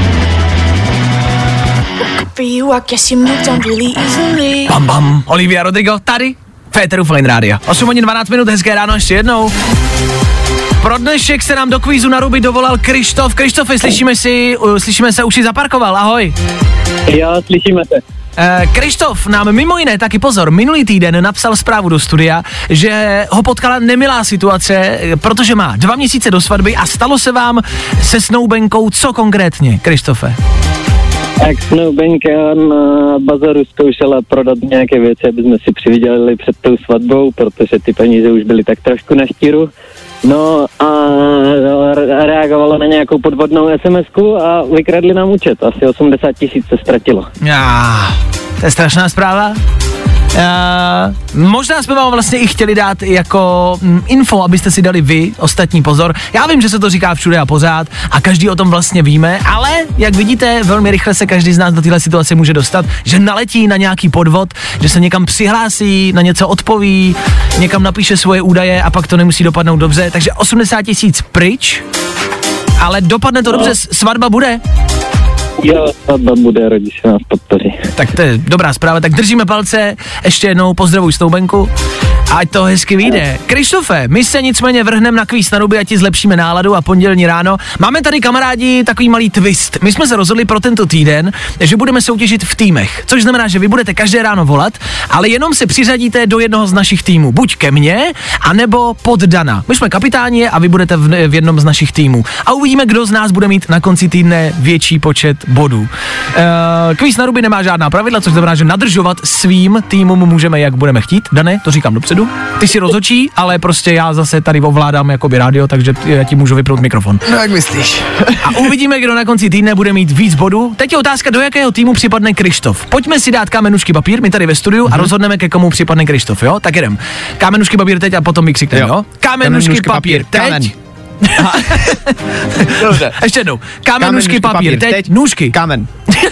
Bam bam, Olivia Rodrigo tady, Féteru Fajn rádia. osm hodin dvanáct minut, hezké ráno ještě jednou. Pro dnešek se nám do kvízu na ruby dovolal Krištof. Krištofe, slyšíme si, uh, slyšíme se, už si zaparkoval, ahoj. Jo, slyšíme se. Uh, Krištof nám mimo jiné, taky pozor, minulý týden napsal zprávu do studia, že ho potkala nemilá situace, protože má dva měsíce do svatby a stalo se vám se snoubenkou co konkrétně, Krištofe? Tak snoubenka na bazaru zkoušela prodat nějaké věci, aby jsme si přivydělili před tou svatbou, protože ty peníze už byly tak trošku na štíru. No a reagovala na nějakou podvodnou es em esku a vykradli nám účet. Asi osmdesát tisíc se ztratilo. Já, to je strašná zpráva. Uh, možná jsme vám vlastně i chtěli dát jako mm, info, abyste si dali vy, ostatní pozor. Já vím, že se to říká všude a pořád a každý o tom vlastně víme, ale jak vidíte, velmi rychle se každý z nás do téhle situace může dostat, že naletí na nějaký podvod, že se někam přihlásí, na něco odpoví, někam napíše svoje údaje a pak to nemusí dopadnout dobře, takže osmdesát tisíc pryč, ale dopadne to dobře, svatba bude. Jo, svatba bude, rodiče nás podpoří. Tak to je dobrá zpráva, tak držíme palce, ještě jednou pozdravuj snoubenku, ať to hezky vyjde. Krištofe, my se nicméně vrhneme na kvíz na ruby a ti zlepšíme náladu a pondělní ráno. Máme tady kamarádi takový malý twist. My jsme se rozhodli pro tento týden, že budeme soutěžit v týmech, což znamená, že vy budete každé ráno volat, ale jenom se přiřadíte do jednoho z našich týmů, buď ke mně, anebo pod Dana. My jsme kapitáni a vy budete v, v jednom z našich týmů. A uvidíme, kdo z nás bude mít na konci týdne větší počet bodů. E, kvíz na ruby nemá žádná pravidla, což znamená, že nadržovat svým týmům můžeme, jak budeme chtít. Dane, to říkám dopředu. víkendu. Ty si rozhodčí, ale prostě já zase tady ovládám jakoby rádio, takže já ti můžu vypnout mikrofon. No jak myslíš? A uvidíme, kdo na konci týdne bude mít víc bodů. Teď je otázka, do jakého týmu připadne Krištof. Pojďme si dát kámenušky papír, my tady ve studiu, mm-hmm. a rozhodneme, ke komu připadne Krištof, jo? Tak jdem. Kámenušky papír teď a potom vykřikneme, jo? jo? Kámenušky papír teď. Kámen. Dobře. Ještě jednou. Kámenušky papír, papír teď. teď. Nůžky. Kámen.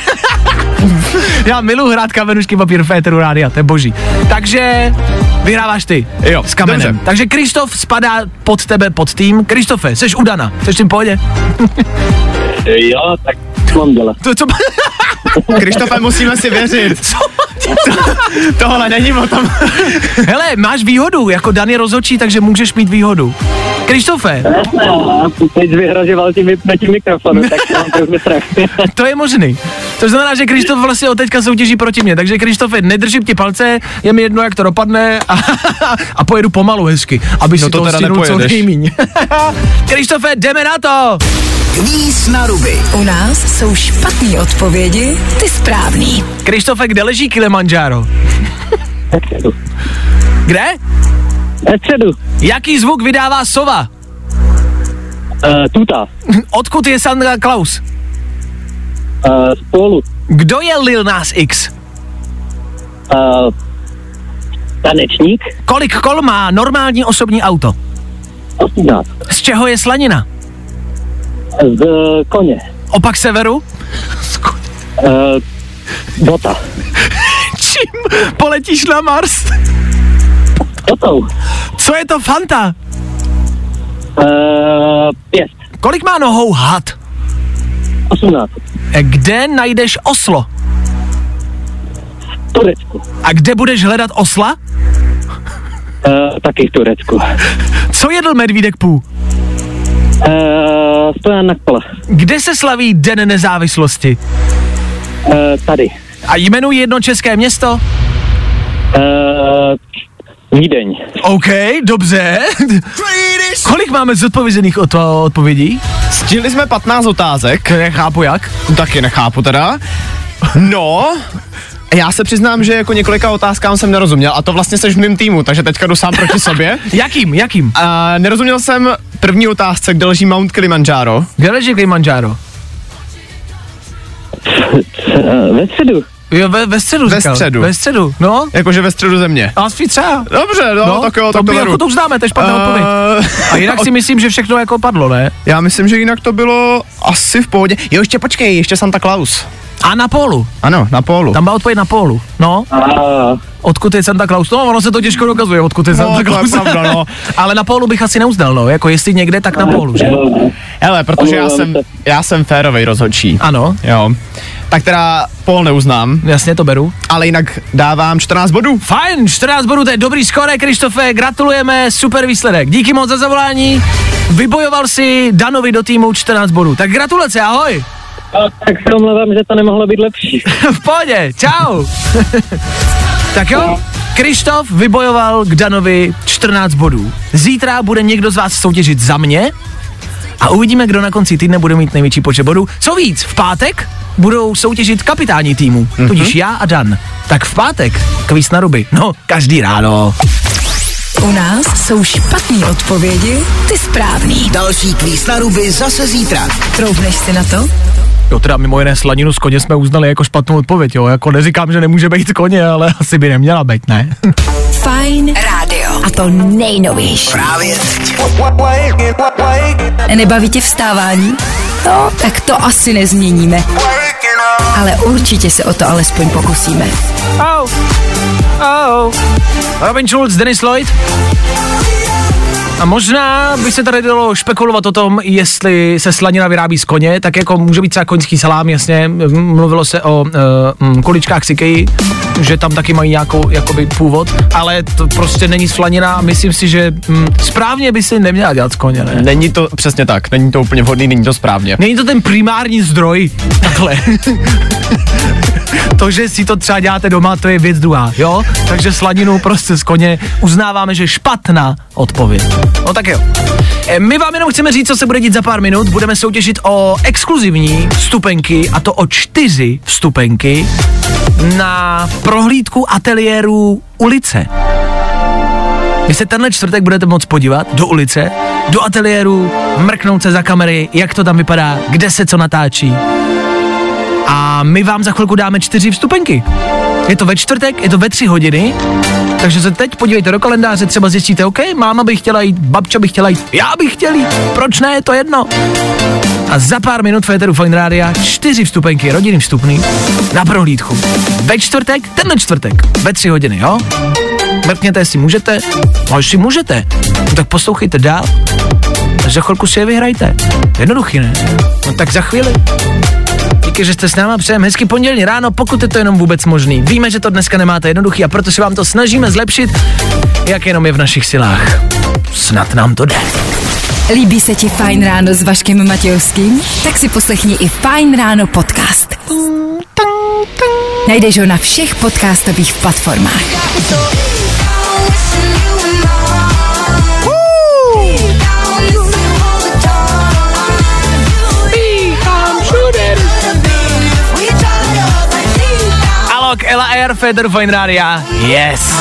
Já miluji hrát kámenušky papír v éteru rádia, to je boží. Takže vyhráváš ty. Jo, s kamenem. Dobře. Takže Krištof spadá pod tebe, pod tým. Krištofe, seš u Dana, seš tím v pohodě? Jo, tak mám dělat. To, co... Krištofe, musíme si věřit. Co? To, tohle není o tom. Hele, máš výhodu, jako Dan je rozhodčí, takže můžeš mít výhodu. Krištofe. Teď vyhrožoval tím vypnutím mikrofonu, tak to mám trochu strach. To je možný. To znamená, že Krištof vlastně od teďka soutěží proti mně, takže Krištofe, nedržím ti palce, je mi jedno, jak to dopadne a, a pojedu pomalu hezky, aby si no to, to stihnul co nejmíň. Krištofe, jdeme na to! Kvíz na ruby. U nás jsou špatný odpovědi, ty správný. Krištofe, kde leží Kilimanjaro? Kde? Ve středu. Jaký zvuk vydává sova? Uh, tuta. Odkud je Santa Claus? Uh, spolu. Kdo je Lil Nas X? Uh, tanečník. Kolik kol má normální osobní auto? osmnáct. Z čeho je slanina? Z uh, koně. Opak severu? Uh, bota. Čím poletíš na Mars? Botou. Co je to Fanta? Uh, pěst. Kolik má nohou had? osmnáct. Kde najdeš oslo? V Turecku. A kde budeš hledat osla? Uh, taky v Turecku. Co jedl medvídek Pů? Uh, Stojan na kole. Kde se slaví Den nezávislosti? Uh, tady. A jmenuj jedno české město? Uh, Vídeň. OK, dobře. Kolik máme zodpovězených od odpovědí? Stihli jsme patnáct otázek. Nechápu jak. Taky nechápu teda. No, já se přiznám, že jako několika otázkám jsem nerozuměl a to vlastně seš v mým týmu, takže teďka jdu sám proti sobě. Jakým, jakým? A nerozuměl jsem první otázce, kde leží Mount Kilimanjaro. Kde leží Kilimanjaro? Ve středu. Jo, ve, ve středu Ve říkal. středu. Ve středu, no. Jakože ve středu země. Aspoň třeba. Dobře, no, no tak jo, to tak to by, beru. jako to už známe, to je špatná uh, odpověď. A jinak si myslím, že všechno jako padlo, ne? Já myslím, že jinak to bylo asi v pohodě. Jo, ještě počkej, ještě Santa Claus. A na pólu. Ano, na pólu. Tam byla odpověď na pólu, no. Uh. Odkud je Santa Claus? No, ono se to těžko dokazuje, odkud je Santa no, Claus. Pravda, no. Ale na pólu bych asi neuznal, no. Jako jestli někde, tak na pólu, že? Hele, protože já jsem, já jsem férovej rozhodčí. Ano. Jo. Tak teda pól neuznám. Jasně, to beru. Ale jinak dávám čtrnáct bodů. Fajn, čtrnáct bodů, to je dobrý skóre, Krištofe, gratulujeme, super výsledek. Díky moc za zavolání. Vybojoval si Danovi do týmu čtrnáct bodů. Tak gratulace, ahoj. Tak se omlouvám, že to nemohlo být lepší. V pohodě, čau. Tak jo, Krištof vybojoval k Danovi čtrnáct bodů. Zítra bude někdo z vás soutěžit za mě a uvidíme, kdo na konci týdne bude mít největší počet bodů. Co víc, v pátek budou soutěžit kapitáni týmu, mm-hmm. tudíž já a Dan. Tak v pátek kvíz na ruby, no, každý ráno. U nás jsou špatný odpovědi, ty správný. Další kvíz na ruby zase zítra. Troufneš si na to? Jo, teda mimo jiné slaninu z koně jsme uznali jako špatnou odpověď, jo, jako neříkám, že nemůže být koně, ale asi by neměla být, ne? Fajn rádio. A to nejnovější. Právě teď. Nebaví tě vstávání? No, tak to asi nezměníme. Ale určitě se o to alespoň pokusíme. Oh. Oh. Robin Schulz, Dennis Lloyd. A možná by se tady dalo špekulovat o tom, jestli se slanina vyrábí z koně, tak jako může být třeba koňský salám, jasně, mluvilo se o uh, kuličkách z Ikei, že tam taky mají nějakou jakoby původ, ale to prostě není slanina a myslím si, že um, správně by si neměla dělat z koně, ne? Není to přesně tak, není to úplně vhodný, není to správně. Není to ten primární zdroj, takhle. To, že si to třeba děláte doma, to je věc druhá, jo? Takže slaninu prostě z koně uznáváme, že špatná odpověď. No tak jo. My vám jenom chceme říct, co se bude dít za pár minut. Budeme soutěžit o exkluzivní vstupenky, a to o čtyři vstupenky na prohlídku ateliéru Ulice. Vy se tenhle čtvrtek budete moct podívat do ulice, do ateliéru, mrknout se za kamery, jak to tam vypadá, kde se co natáčí. A my vám za chvilku dáme čtyři vstupenky. Je to ve čtvrtek, je to ve tři hodiny, takže se teď podívejte do kalendáře, třeba zjistíte, OK, máma by chtěla jít, babča by chtěla jít, já bych chtěl jít, proč ne, je to jedno. A za pár minut v éteru Fajn Rádia čtyři vstupenky, rodinný vstupný, na prohlídku. Ve čtvrtek, tenhle čtvrtek, ve tři hodiny, jo? Mrkněte, jestli můžete, no jestli můžete, no tak poslouchejte dál, a za chvilku si je vyhrajte. Jednoduchý, ne? No tak za chvíli. Díky, že jste s náma, přejem hezky pondělní ráno, pokud je to jenom vůbec možný. Víme, že to dneska nemáte jednoduchý a proto si vám to snažíme zlepšit, jak jenom je v našich silách. Snad nám to jde. Líbí se ti Fajn ráno s Vaškem Matějovským? Tak si poslechni i Fajn ráno podcast. Najdeš ho na všech podcastových platformách. Alok, Ela Air, Feder Fajn Rádia. Yes.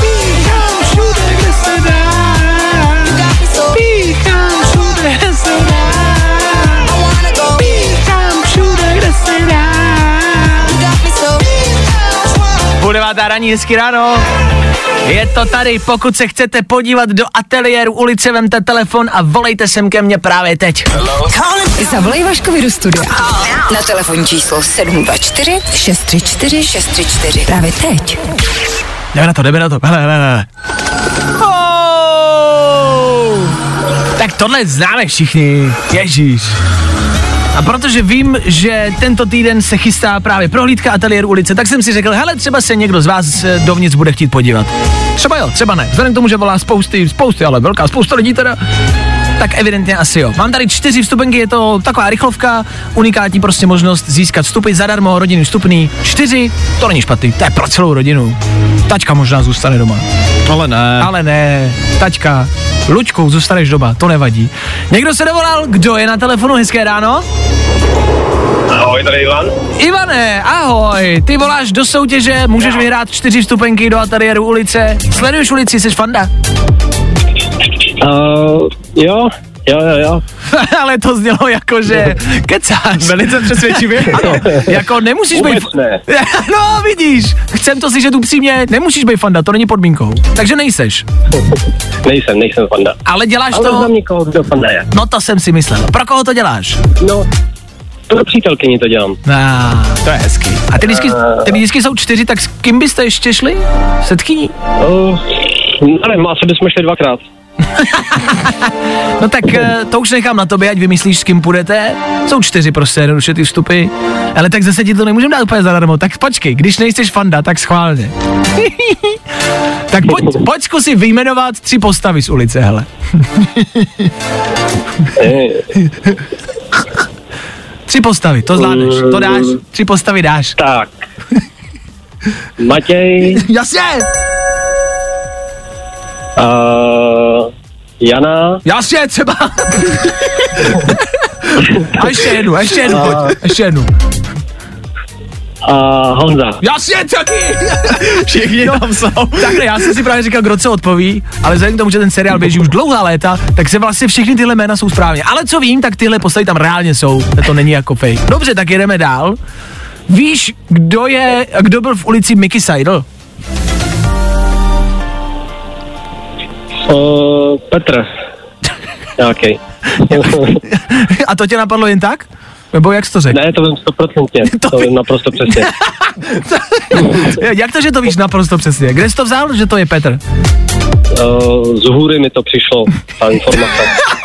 Půl devátá ranní, hezky ráno. Je to tady, pokud se chcete podívat do ateliéru ulice, vemte telefon a volejte sem ke mně právě teď. Zavolej Vaškovi do studia. Na telefonní číslo sedm dva čtyři šest tři čtyři šest tři čtyři. Právě teď. Jdeme na to, jdeme na to. Hele, hele, hele. Oh! Tak tohle známe všichni. Ježíš. A protože vím, že tento týden se chystá právě prohlídka ateliéru ulice, tak jsem si řekl, hele, třeba se někdo z vás dovnitř bude chtít podívat. Třeba jo, třeba ne. Vzhledem k tomu, že volá spousty, spousty, ale velká spousta lidí teda, tak evidentně asi jo. Mám tady čtyři vstupenky, je to taková rychlovka, unikátní prostě možnost získat vstupy zadarmo, rodinný vstupný. Čtyři, to není špatný, to je pro celou rodinu. Taťka možná zůstane doma. Ale ne. Ale ne, taťka. Luďkou, zůstaneš doma, to nevadí. Někdo se dovolal, kdo je na telefonu, hezké ráno? Ahoj, tady Ivan. Ivane, ahoj, ty voláš do soutěže, můžeš vyhrát čtyři vstupenky do ateliéru ulice. Sleduješ ulici, jsi fanda? Uh, jo, jo, jo, jo. Ale to znělo jako, že kecáš. Velice přesvědčivě. Ano, jako nemusíš Vůbec být... ne. No, vidíš, chcem to slyšet upřímně, nemusíš být fanda, to není podmínkou. Takže nejseš. Nejsem, nejsem fanda. Ale děláš Ale to... znám někoho, kdo fanda je. No to jsem si myslel. Pro koho to děláš? No, pro přítelkyni to dělám. Ah, to je hezký. A ty vždycky, ty vždycky jsou čtyři, tak s kým byste ještě šli? Setkyní? Uh, nevím, asi bychom šli dvakrát. No tak to už nechám na tobě, ať vymyslíš, s kým půjdete. Jsou čtyři prostě jednoduše ty vstupy. Ale tak zase ti to nemůžeme dát úplně zadarmo. Tak počkej, když nejseš fanda, tak schválně. Tak pojď, pojď zkusit vyjmenovat tři postavy z ulice, hele. Tři postavy, to zvládneš, to dáš, tři postavy dáš. Tak. Matěj. Jasně. Uh, Jana. Jasně, třeba. A ještě jednu, ještě jednu, pojď, ještě jednu. A uh, Honza. Jasně, taky. Všichni no, tam jsou. Takhle, já jsem si právě říkal, kdo co odpoví, ale vzhledem k tomu, že ten seriál běží už dlouhá léta, tak se vlastně všechny tyhle jména jsou správně. Ale co vím, tak tyhle postavy tam reálně jsou, to není jako fake. Dobře, tak jedeme dál. Víš, kdo je, kdo byl v ulici Mickey Seidel? Uh, Petr. Nějaký. A to tě napadlo jen tak? Nebo jak jsi to řekl? Ne, to vím stoprocentně, to, to vím naprosto přesně. Jak to, že to víš naprosto přesně? Kde jsi to vzal, že to je Petr? Uh, z hůry mi to přišlo, ta informace.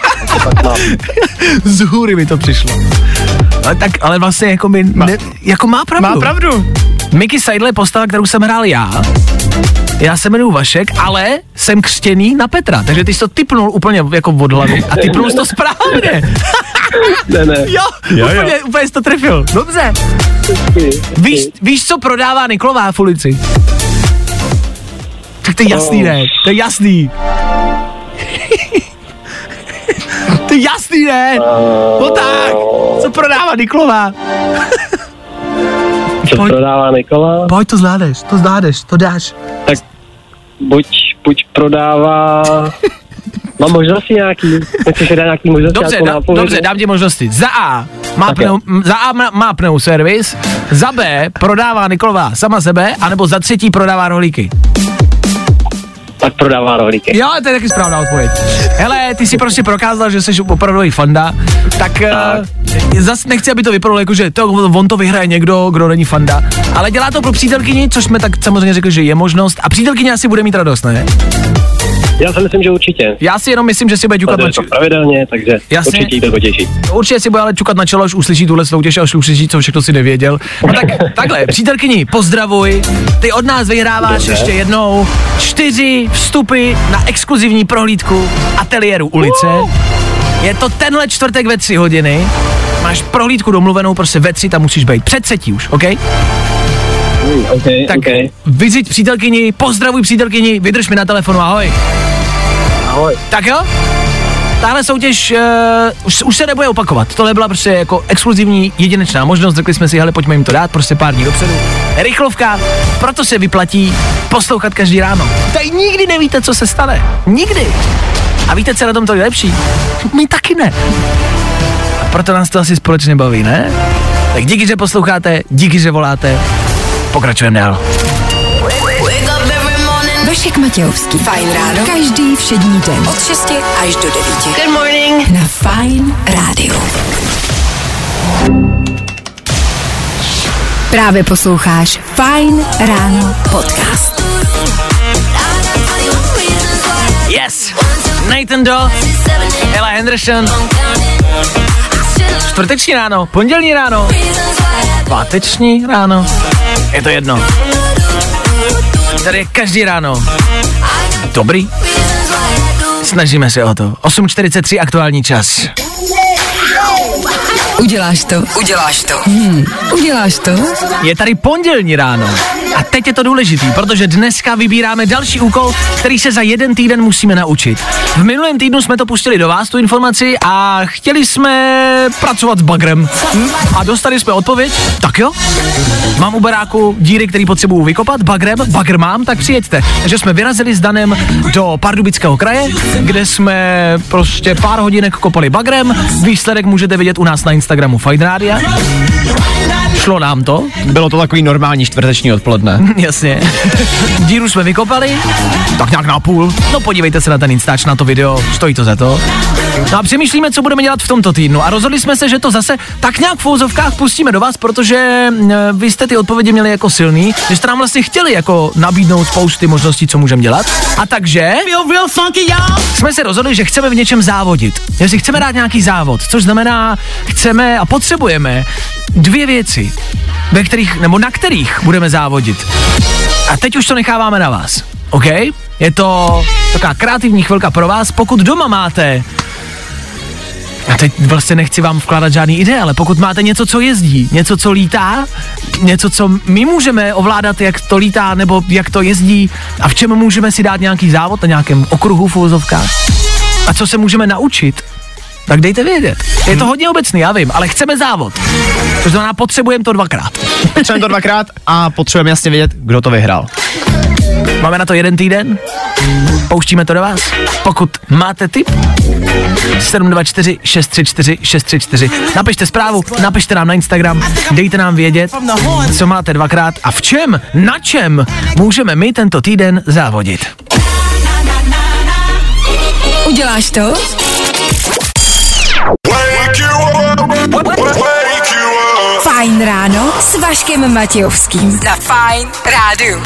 Z hůry mi to přišlo. Ale tak, ale vlastně jako mi, má, ne, jako má pravdu. Má pravdu. Mickey Seidel je postava, kterou jsem hrál já. Já se jmenuji Vašek, ale jsem křtěný na Petra, takže ty jsi to tipnul úplně jako od hlavy a tipnul jsi to správně. Ne, ne. Jo, jo, úplně, jo. úplně jsi to trefil. Dobře. Víš, víš, co prodává Niklová v ulici? Tak to je jasný, ne? To je jasný. To je jasný, ne? No tak, co prodává Niklová? Co pojď, prodává Nikola? Pojď, to zvládneš, to zvládneš, to dáš. Tak buď buď prodává... Mám možnosti nějaký? Chceš dát nějaký možnosti? Dobře, da, dobře, dám ti možnosti. Za A má, pneu, za A má, má pneu servis, za B prodává Nikolová sama sebe, anebo za třetí prodává rohlíky. Tak prodává rohlíky. Jo, to je taky správná odpověď. Hele, ty si prostě prokázal, že jsi opravdový fanda, tak, tak. Uh, zas nechci, aby to vypadalo jako, že to, on to vyhraje někdo, kdo není fanda, ale dělá to pro přítelkyni, což jsme tak samozřejmě řekli, že je možnost a přítelkyně asi bude mít radost, ne? Já si myslím, že určitě. Já si jenom myslím, že si bude čukat na čelo. Pravidelně, takže jasně, určitě to potěší. Určitě si bude ale čukat na čelo, až uslyší tuhle soutěž, až uslyší, co všechno si nevěděl. No tak takhle, přítelkyni, pozdravuj. Ty od nás vyhráváš dobře. Ještě jednou čtyři vstupy na exkluzivní prohlídku ateliéru ulice. Uh. Je to tenhle čtvrtek ve tři hodiny. Máš prohlídku domluvenou, prostě ve tři tam musíš být. Před třetí už, OK? Okay, tak okay. Vyřiď přítelkyni, pozdravuj přítelkyni, vydrž mi na telefonu, ahoj. Ahoj. Tak jo? Tahle soutěž uh, už, už se nebude opakovat. Tohle byla prostě jako exkluzivní jedinečná možnost, řekli jsme si, hele, pojďme jim to dát, prostě pár dní dopředu. Rychlovka, proto se vyplatí poslouchat každý ráno. Tady nikdy nevíte, co se stane. Nikdy. A víte, co je na tom to lepší? My taky ne. A proto nás to asi společně baví, ne? Tak díky, že posloucháte, díky, že voláte. Pokračujeme dál. Vašek Matějovský. Fajn ráno. Každý všední den. Od šesti až do devíti. Good morning. Na Fajn rádiu. Právě posloucháš Fajn ráno podcast. Yes. Nathan Doe, Ella Henderson. Čtvrteční ráno, pondělní ráno, páteční ráno. Je to jedno. Tady je každý ráno. Dobrý? Snažíme se o to. osm čtyřicet tři aktuální čas. Uděláš to? Uděláš to? Hmm. Uděláš to? Je tady pondělní ráno. A teď je to důležitý, protože dneska vybíráme další úkol, který se za jeden týden musíme naučit. V minulém týdnu jsme to pustili do vás, tu informaci, a chtěli jsme pracovat s bagrem. Hm? A dostali jsme odpověď, tak jo, mám u baráku díry, který potřebuju vykopat, bagrem, bagr mám, tak přijeďte. Takže jsme vyrazili s Danem do Pardubického kraje, kde jsme prostě pár hodinek kopali bagrem. Výsledek můžete vidět u nás na Instagramu Fajn rádia. Šlo nám to. Bylo to takový normální čtvrteční odpoledne. Jasně. Díru jsme vykopali, tak nějak na půl. No podívejte se na ten Instač, na to video, stojí to za to. No a přemýšlíme, co budeme dělat v tomto týdnu. A rozhodli jsme se, že to zase tak nějak v úvozovkách pustíme do vás, protože vy jste ty odpovědi měli jako silný, že jste nám vlastně chtěli jako nabídnout spousty možností, co můžeme dělat. A takže jsme se rozhodli, že chceme v něčem závodit. Že si chceme dát nějaký závod, což znamená, chceme a potřebujeme dvě věci, ve kterých, nebo na kterých budeme závodit. A teď už to necháváme na vás, OK? Je to taková kreativní chvilka pro vás, pokud doma máte, a teď vlastně nechci vám vkládat žádný ide, ale pokud máte něco, co jezdí, něco, co lítá, něco, co my můžeme ovládat, jak to lítá, nebo jak to jezdí, a v čem můžeme si dát nějaký závod na nějakém okruhu v uvozovkách, a co se můžeme naučit, tak dejte vědět. Je to hodně obecný, já vím, ale chceme závod. To znamená, potřebujeme to dvakrát. Potřebujeme to dvakrát a potřebujeme jasně vědět, kdo to vyhrál. Máme na to jeden týden, pouštíme to do vás. Pokud máte tip, sedm dva čtyři šest tři čtyři šest tři čtyři. Napište zprávu, napište nám na Instagram, dejte nám vědět, co máte dvakrát a v čem, na čem můžeme my tento týden závodit. Uděláš to? Fajn ráno s Vaškem Matějovským. Na Fajn rádiu.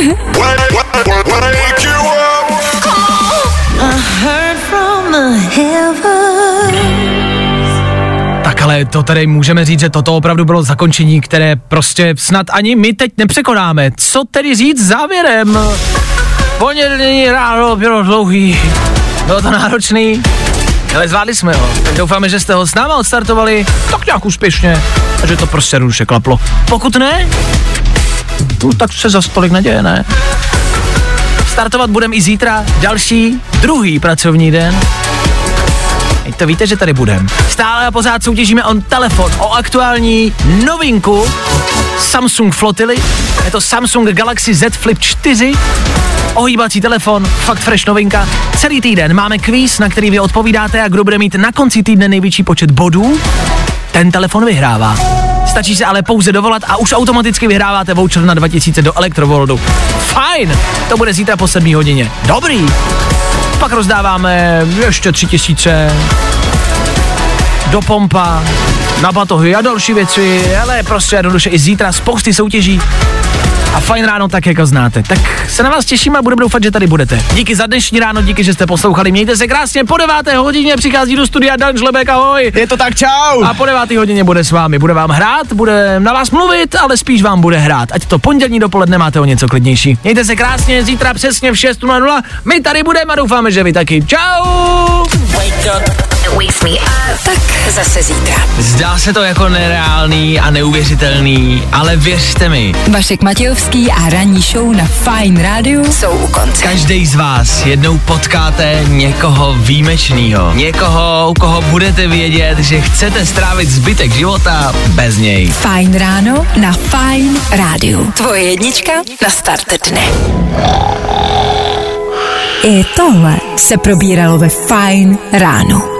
Tak ale to tady můžeme říct, že toto opravdu bylo zakončení, které prostě snad ani my teď nepřekonáme. Co tedy říct závěrem? Pondělní ráno bylo dlouhý, bylo to náročný, ale zvládli jsme ho. Doufáme, že jste ho s náma odstartovali tak nějak úspěšně a že to prostě ruše klaplo. Pokud ne, no, tak se zas tolik neděje, ne? Startovat budeme i zítra, další, druhý pracovní den. Teď to víte, že tady budeme. Stále a pořád soutěžíme on telefon, o aktuální novinku Samsung Flotily. Je to Samsung Galaxy Z Flip čtyři. ohýbací telefon, fakt fresh novinka. Celý týden máme kvíz, na který vy odpovídáte a kdo bude mít na konci týdne největší počet bodů, ten telefon vyhrává. Stačí se ale pouze dovolat a už automaticky vyhráváte voucher na dva tisíce do Elektroworldu. Fajn, to bude zítra po sedmé hodině. Dobrý. Pak rozdáváme ještě tři tisíce do Pompa, na batohy a další věci, ale prostě jednoduše i zítra spousty soutěží. A Fajn ráno tak, jako znáte. Tak se na vás těším a budu doufat, že tady budete. Díky za dnešní ráno, díky, že jste poslouchali. Mějte se krásně, po deváté hodině přichází do studia Dan Žlebek, ahoj. Je to tak, čau. A po deváté hodině bude s vámi, bude vám hrát, bude na vás mluvit, ale spíš vám bude hrát. Ať to pondělní dopoledne máte o něco klidnější. Mějte se krásně, zítra přesně v šest nula nula. My tady budeme a doufáme, že vy taky. Čau. Tak zase zítra. Zdá se to jako nereálný a neuvěřitelný, ale věřte mi. Vašek Matějovský a ranní show na Fajn rádiu jsou u konce. Každý z vás jednou potkáte někoho výjimečného. Někoho, u koho budete vědět, že chcete strávit zbytek života bez něj. Fajn ráno na Fajn rádiu. Tvoje jednička na start dne. I tohle se probíralo ve Fajn ráno.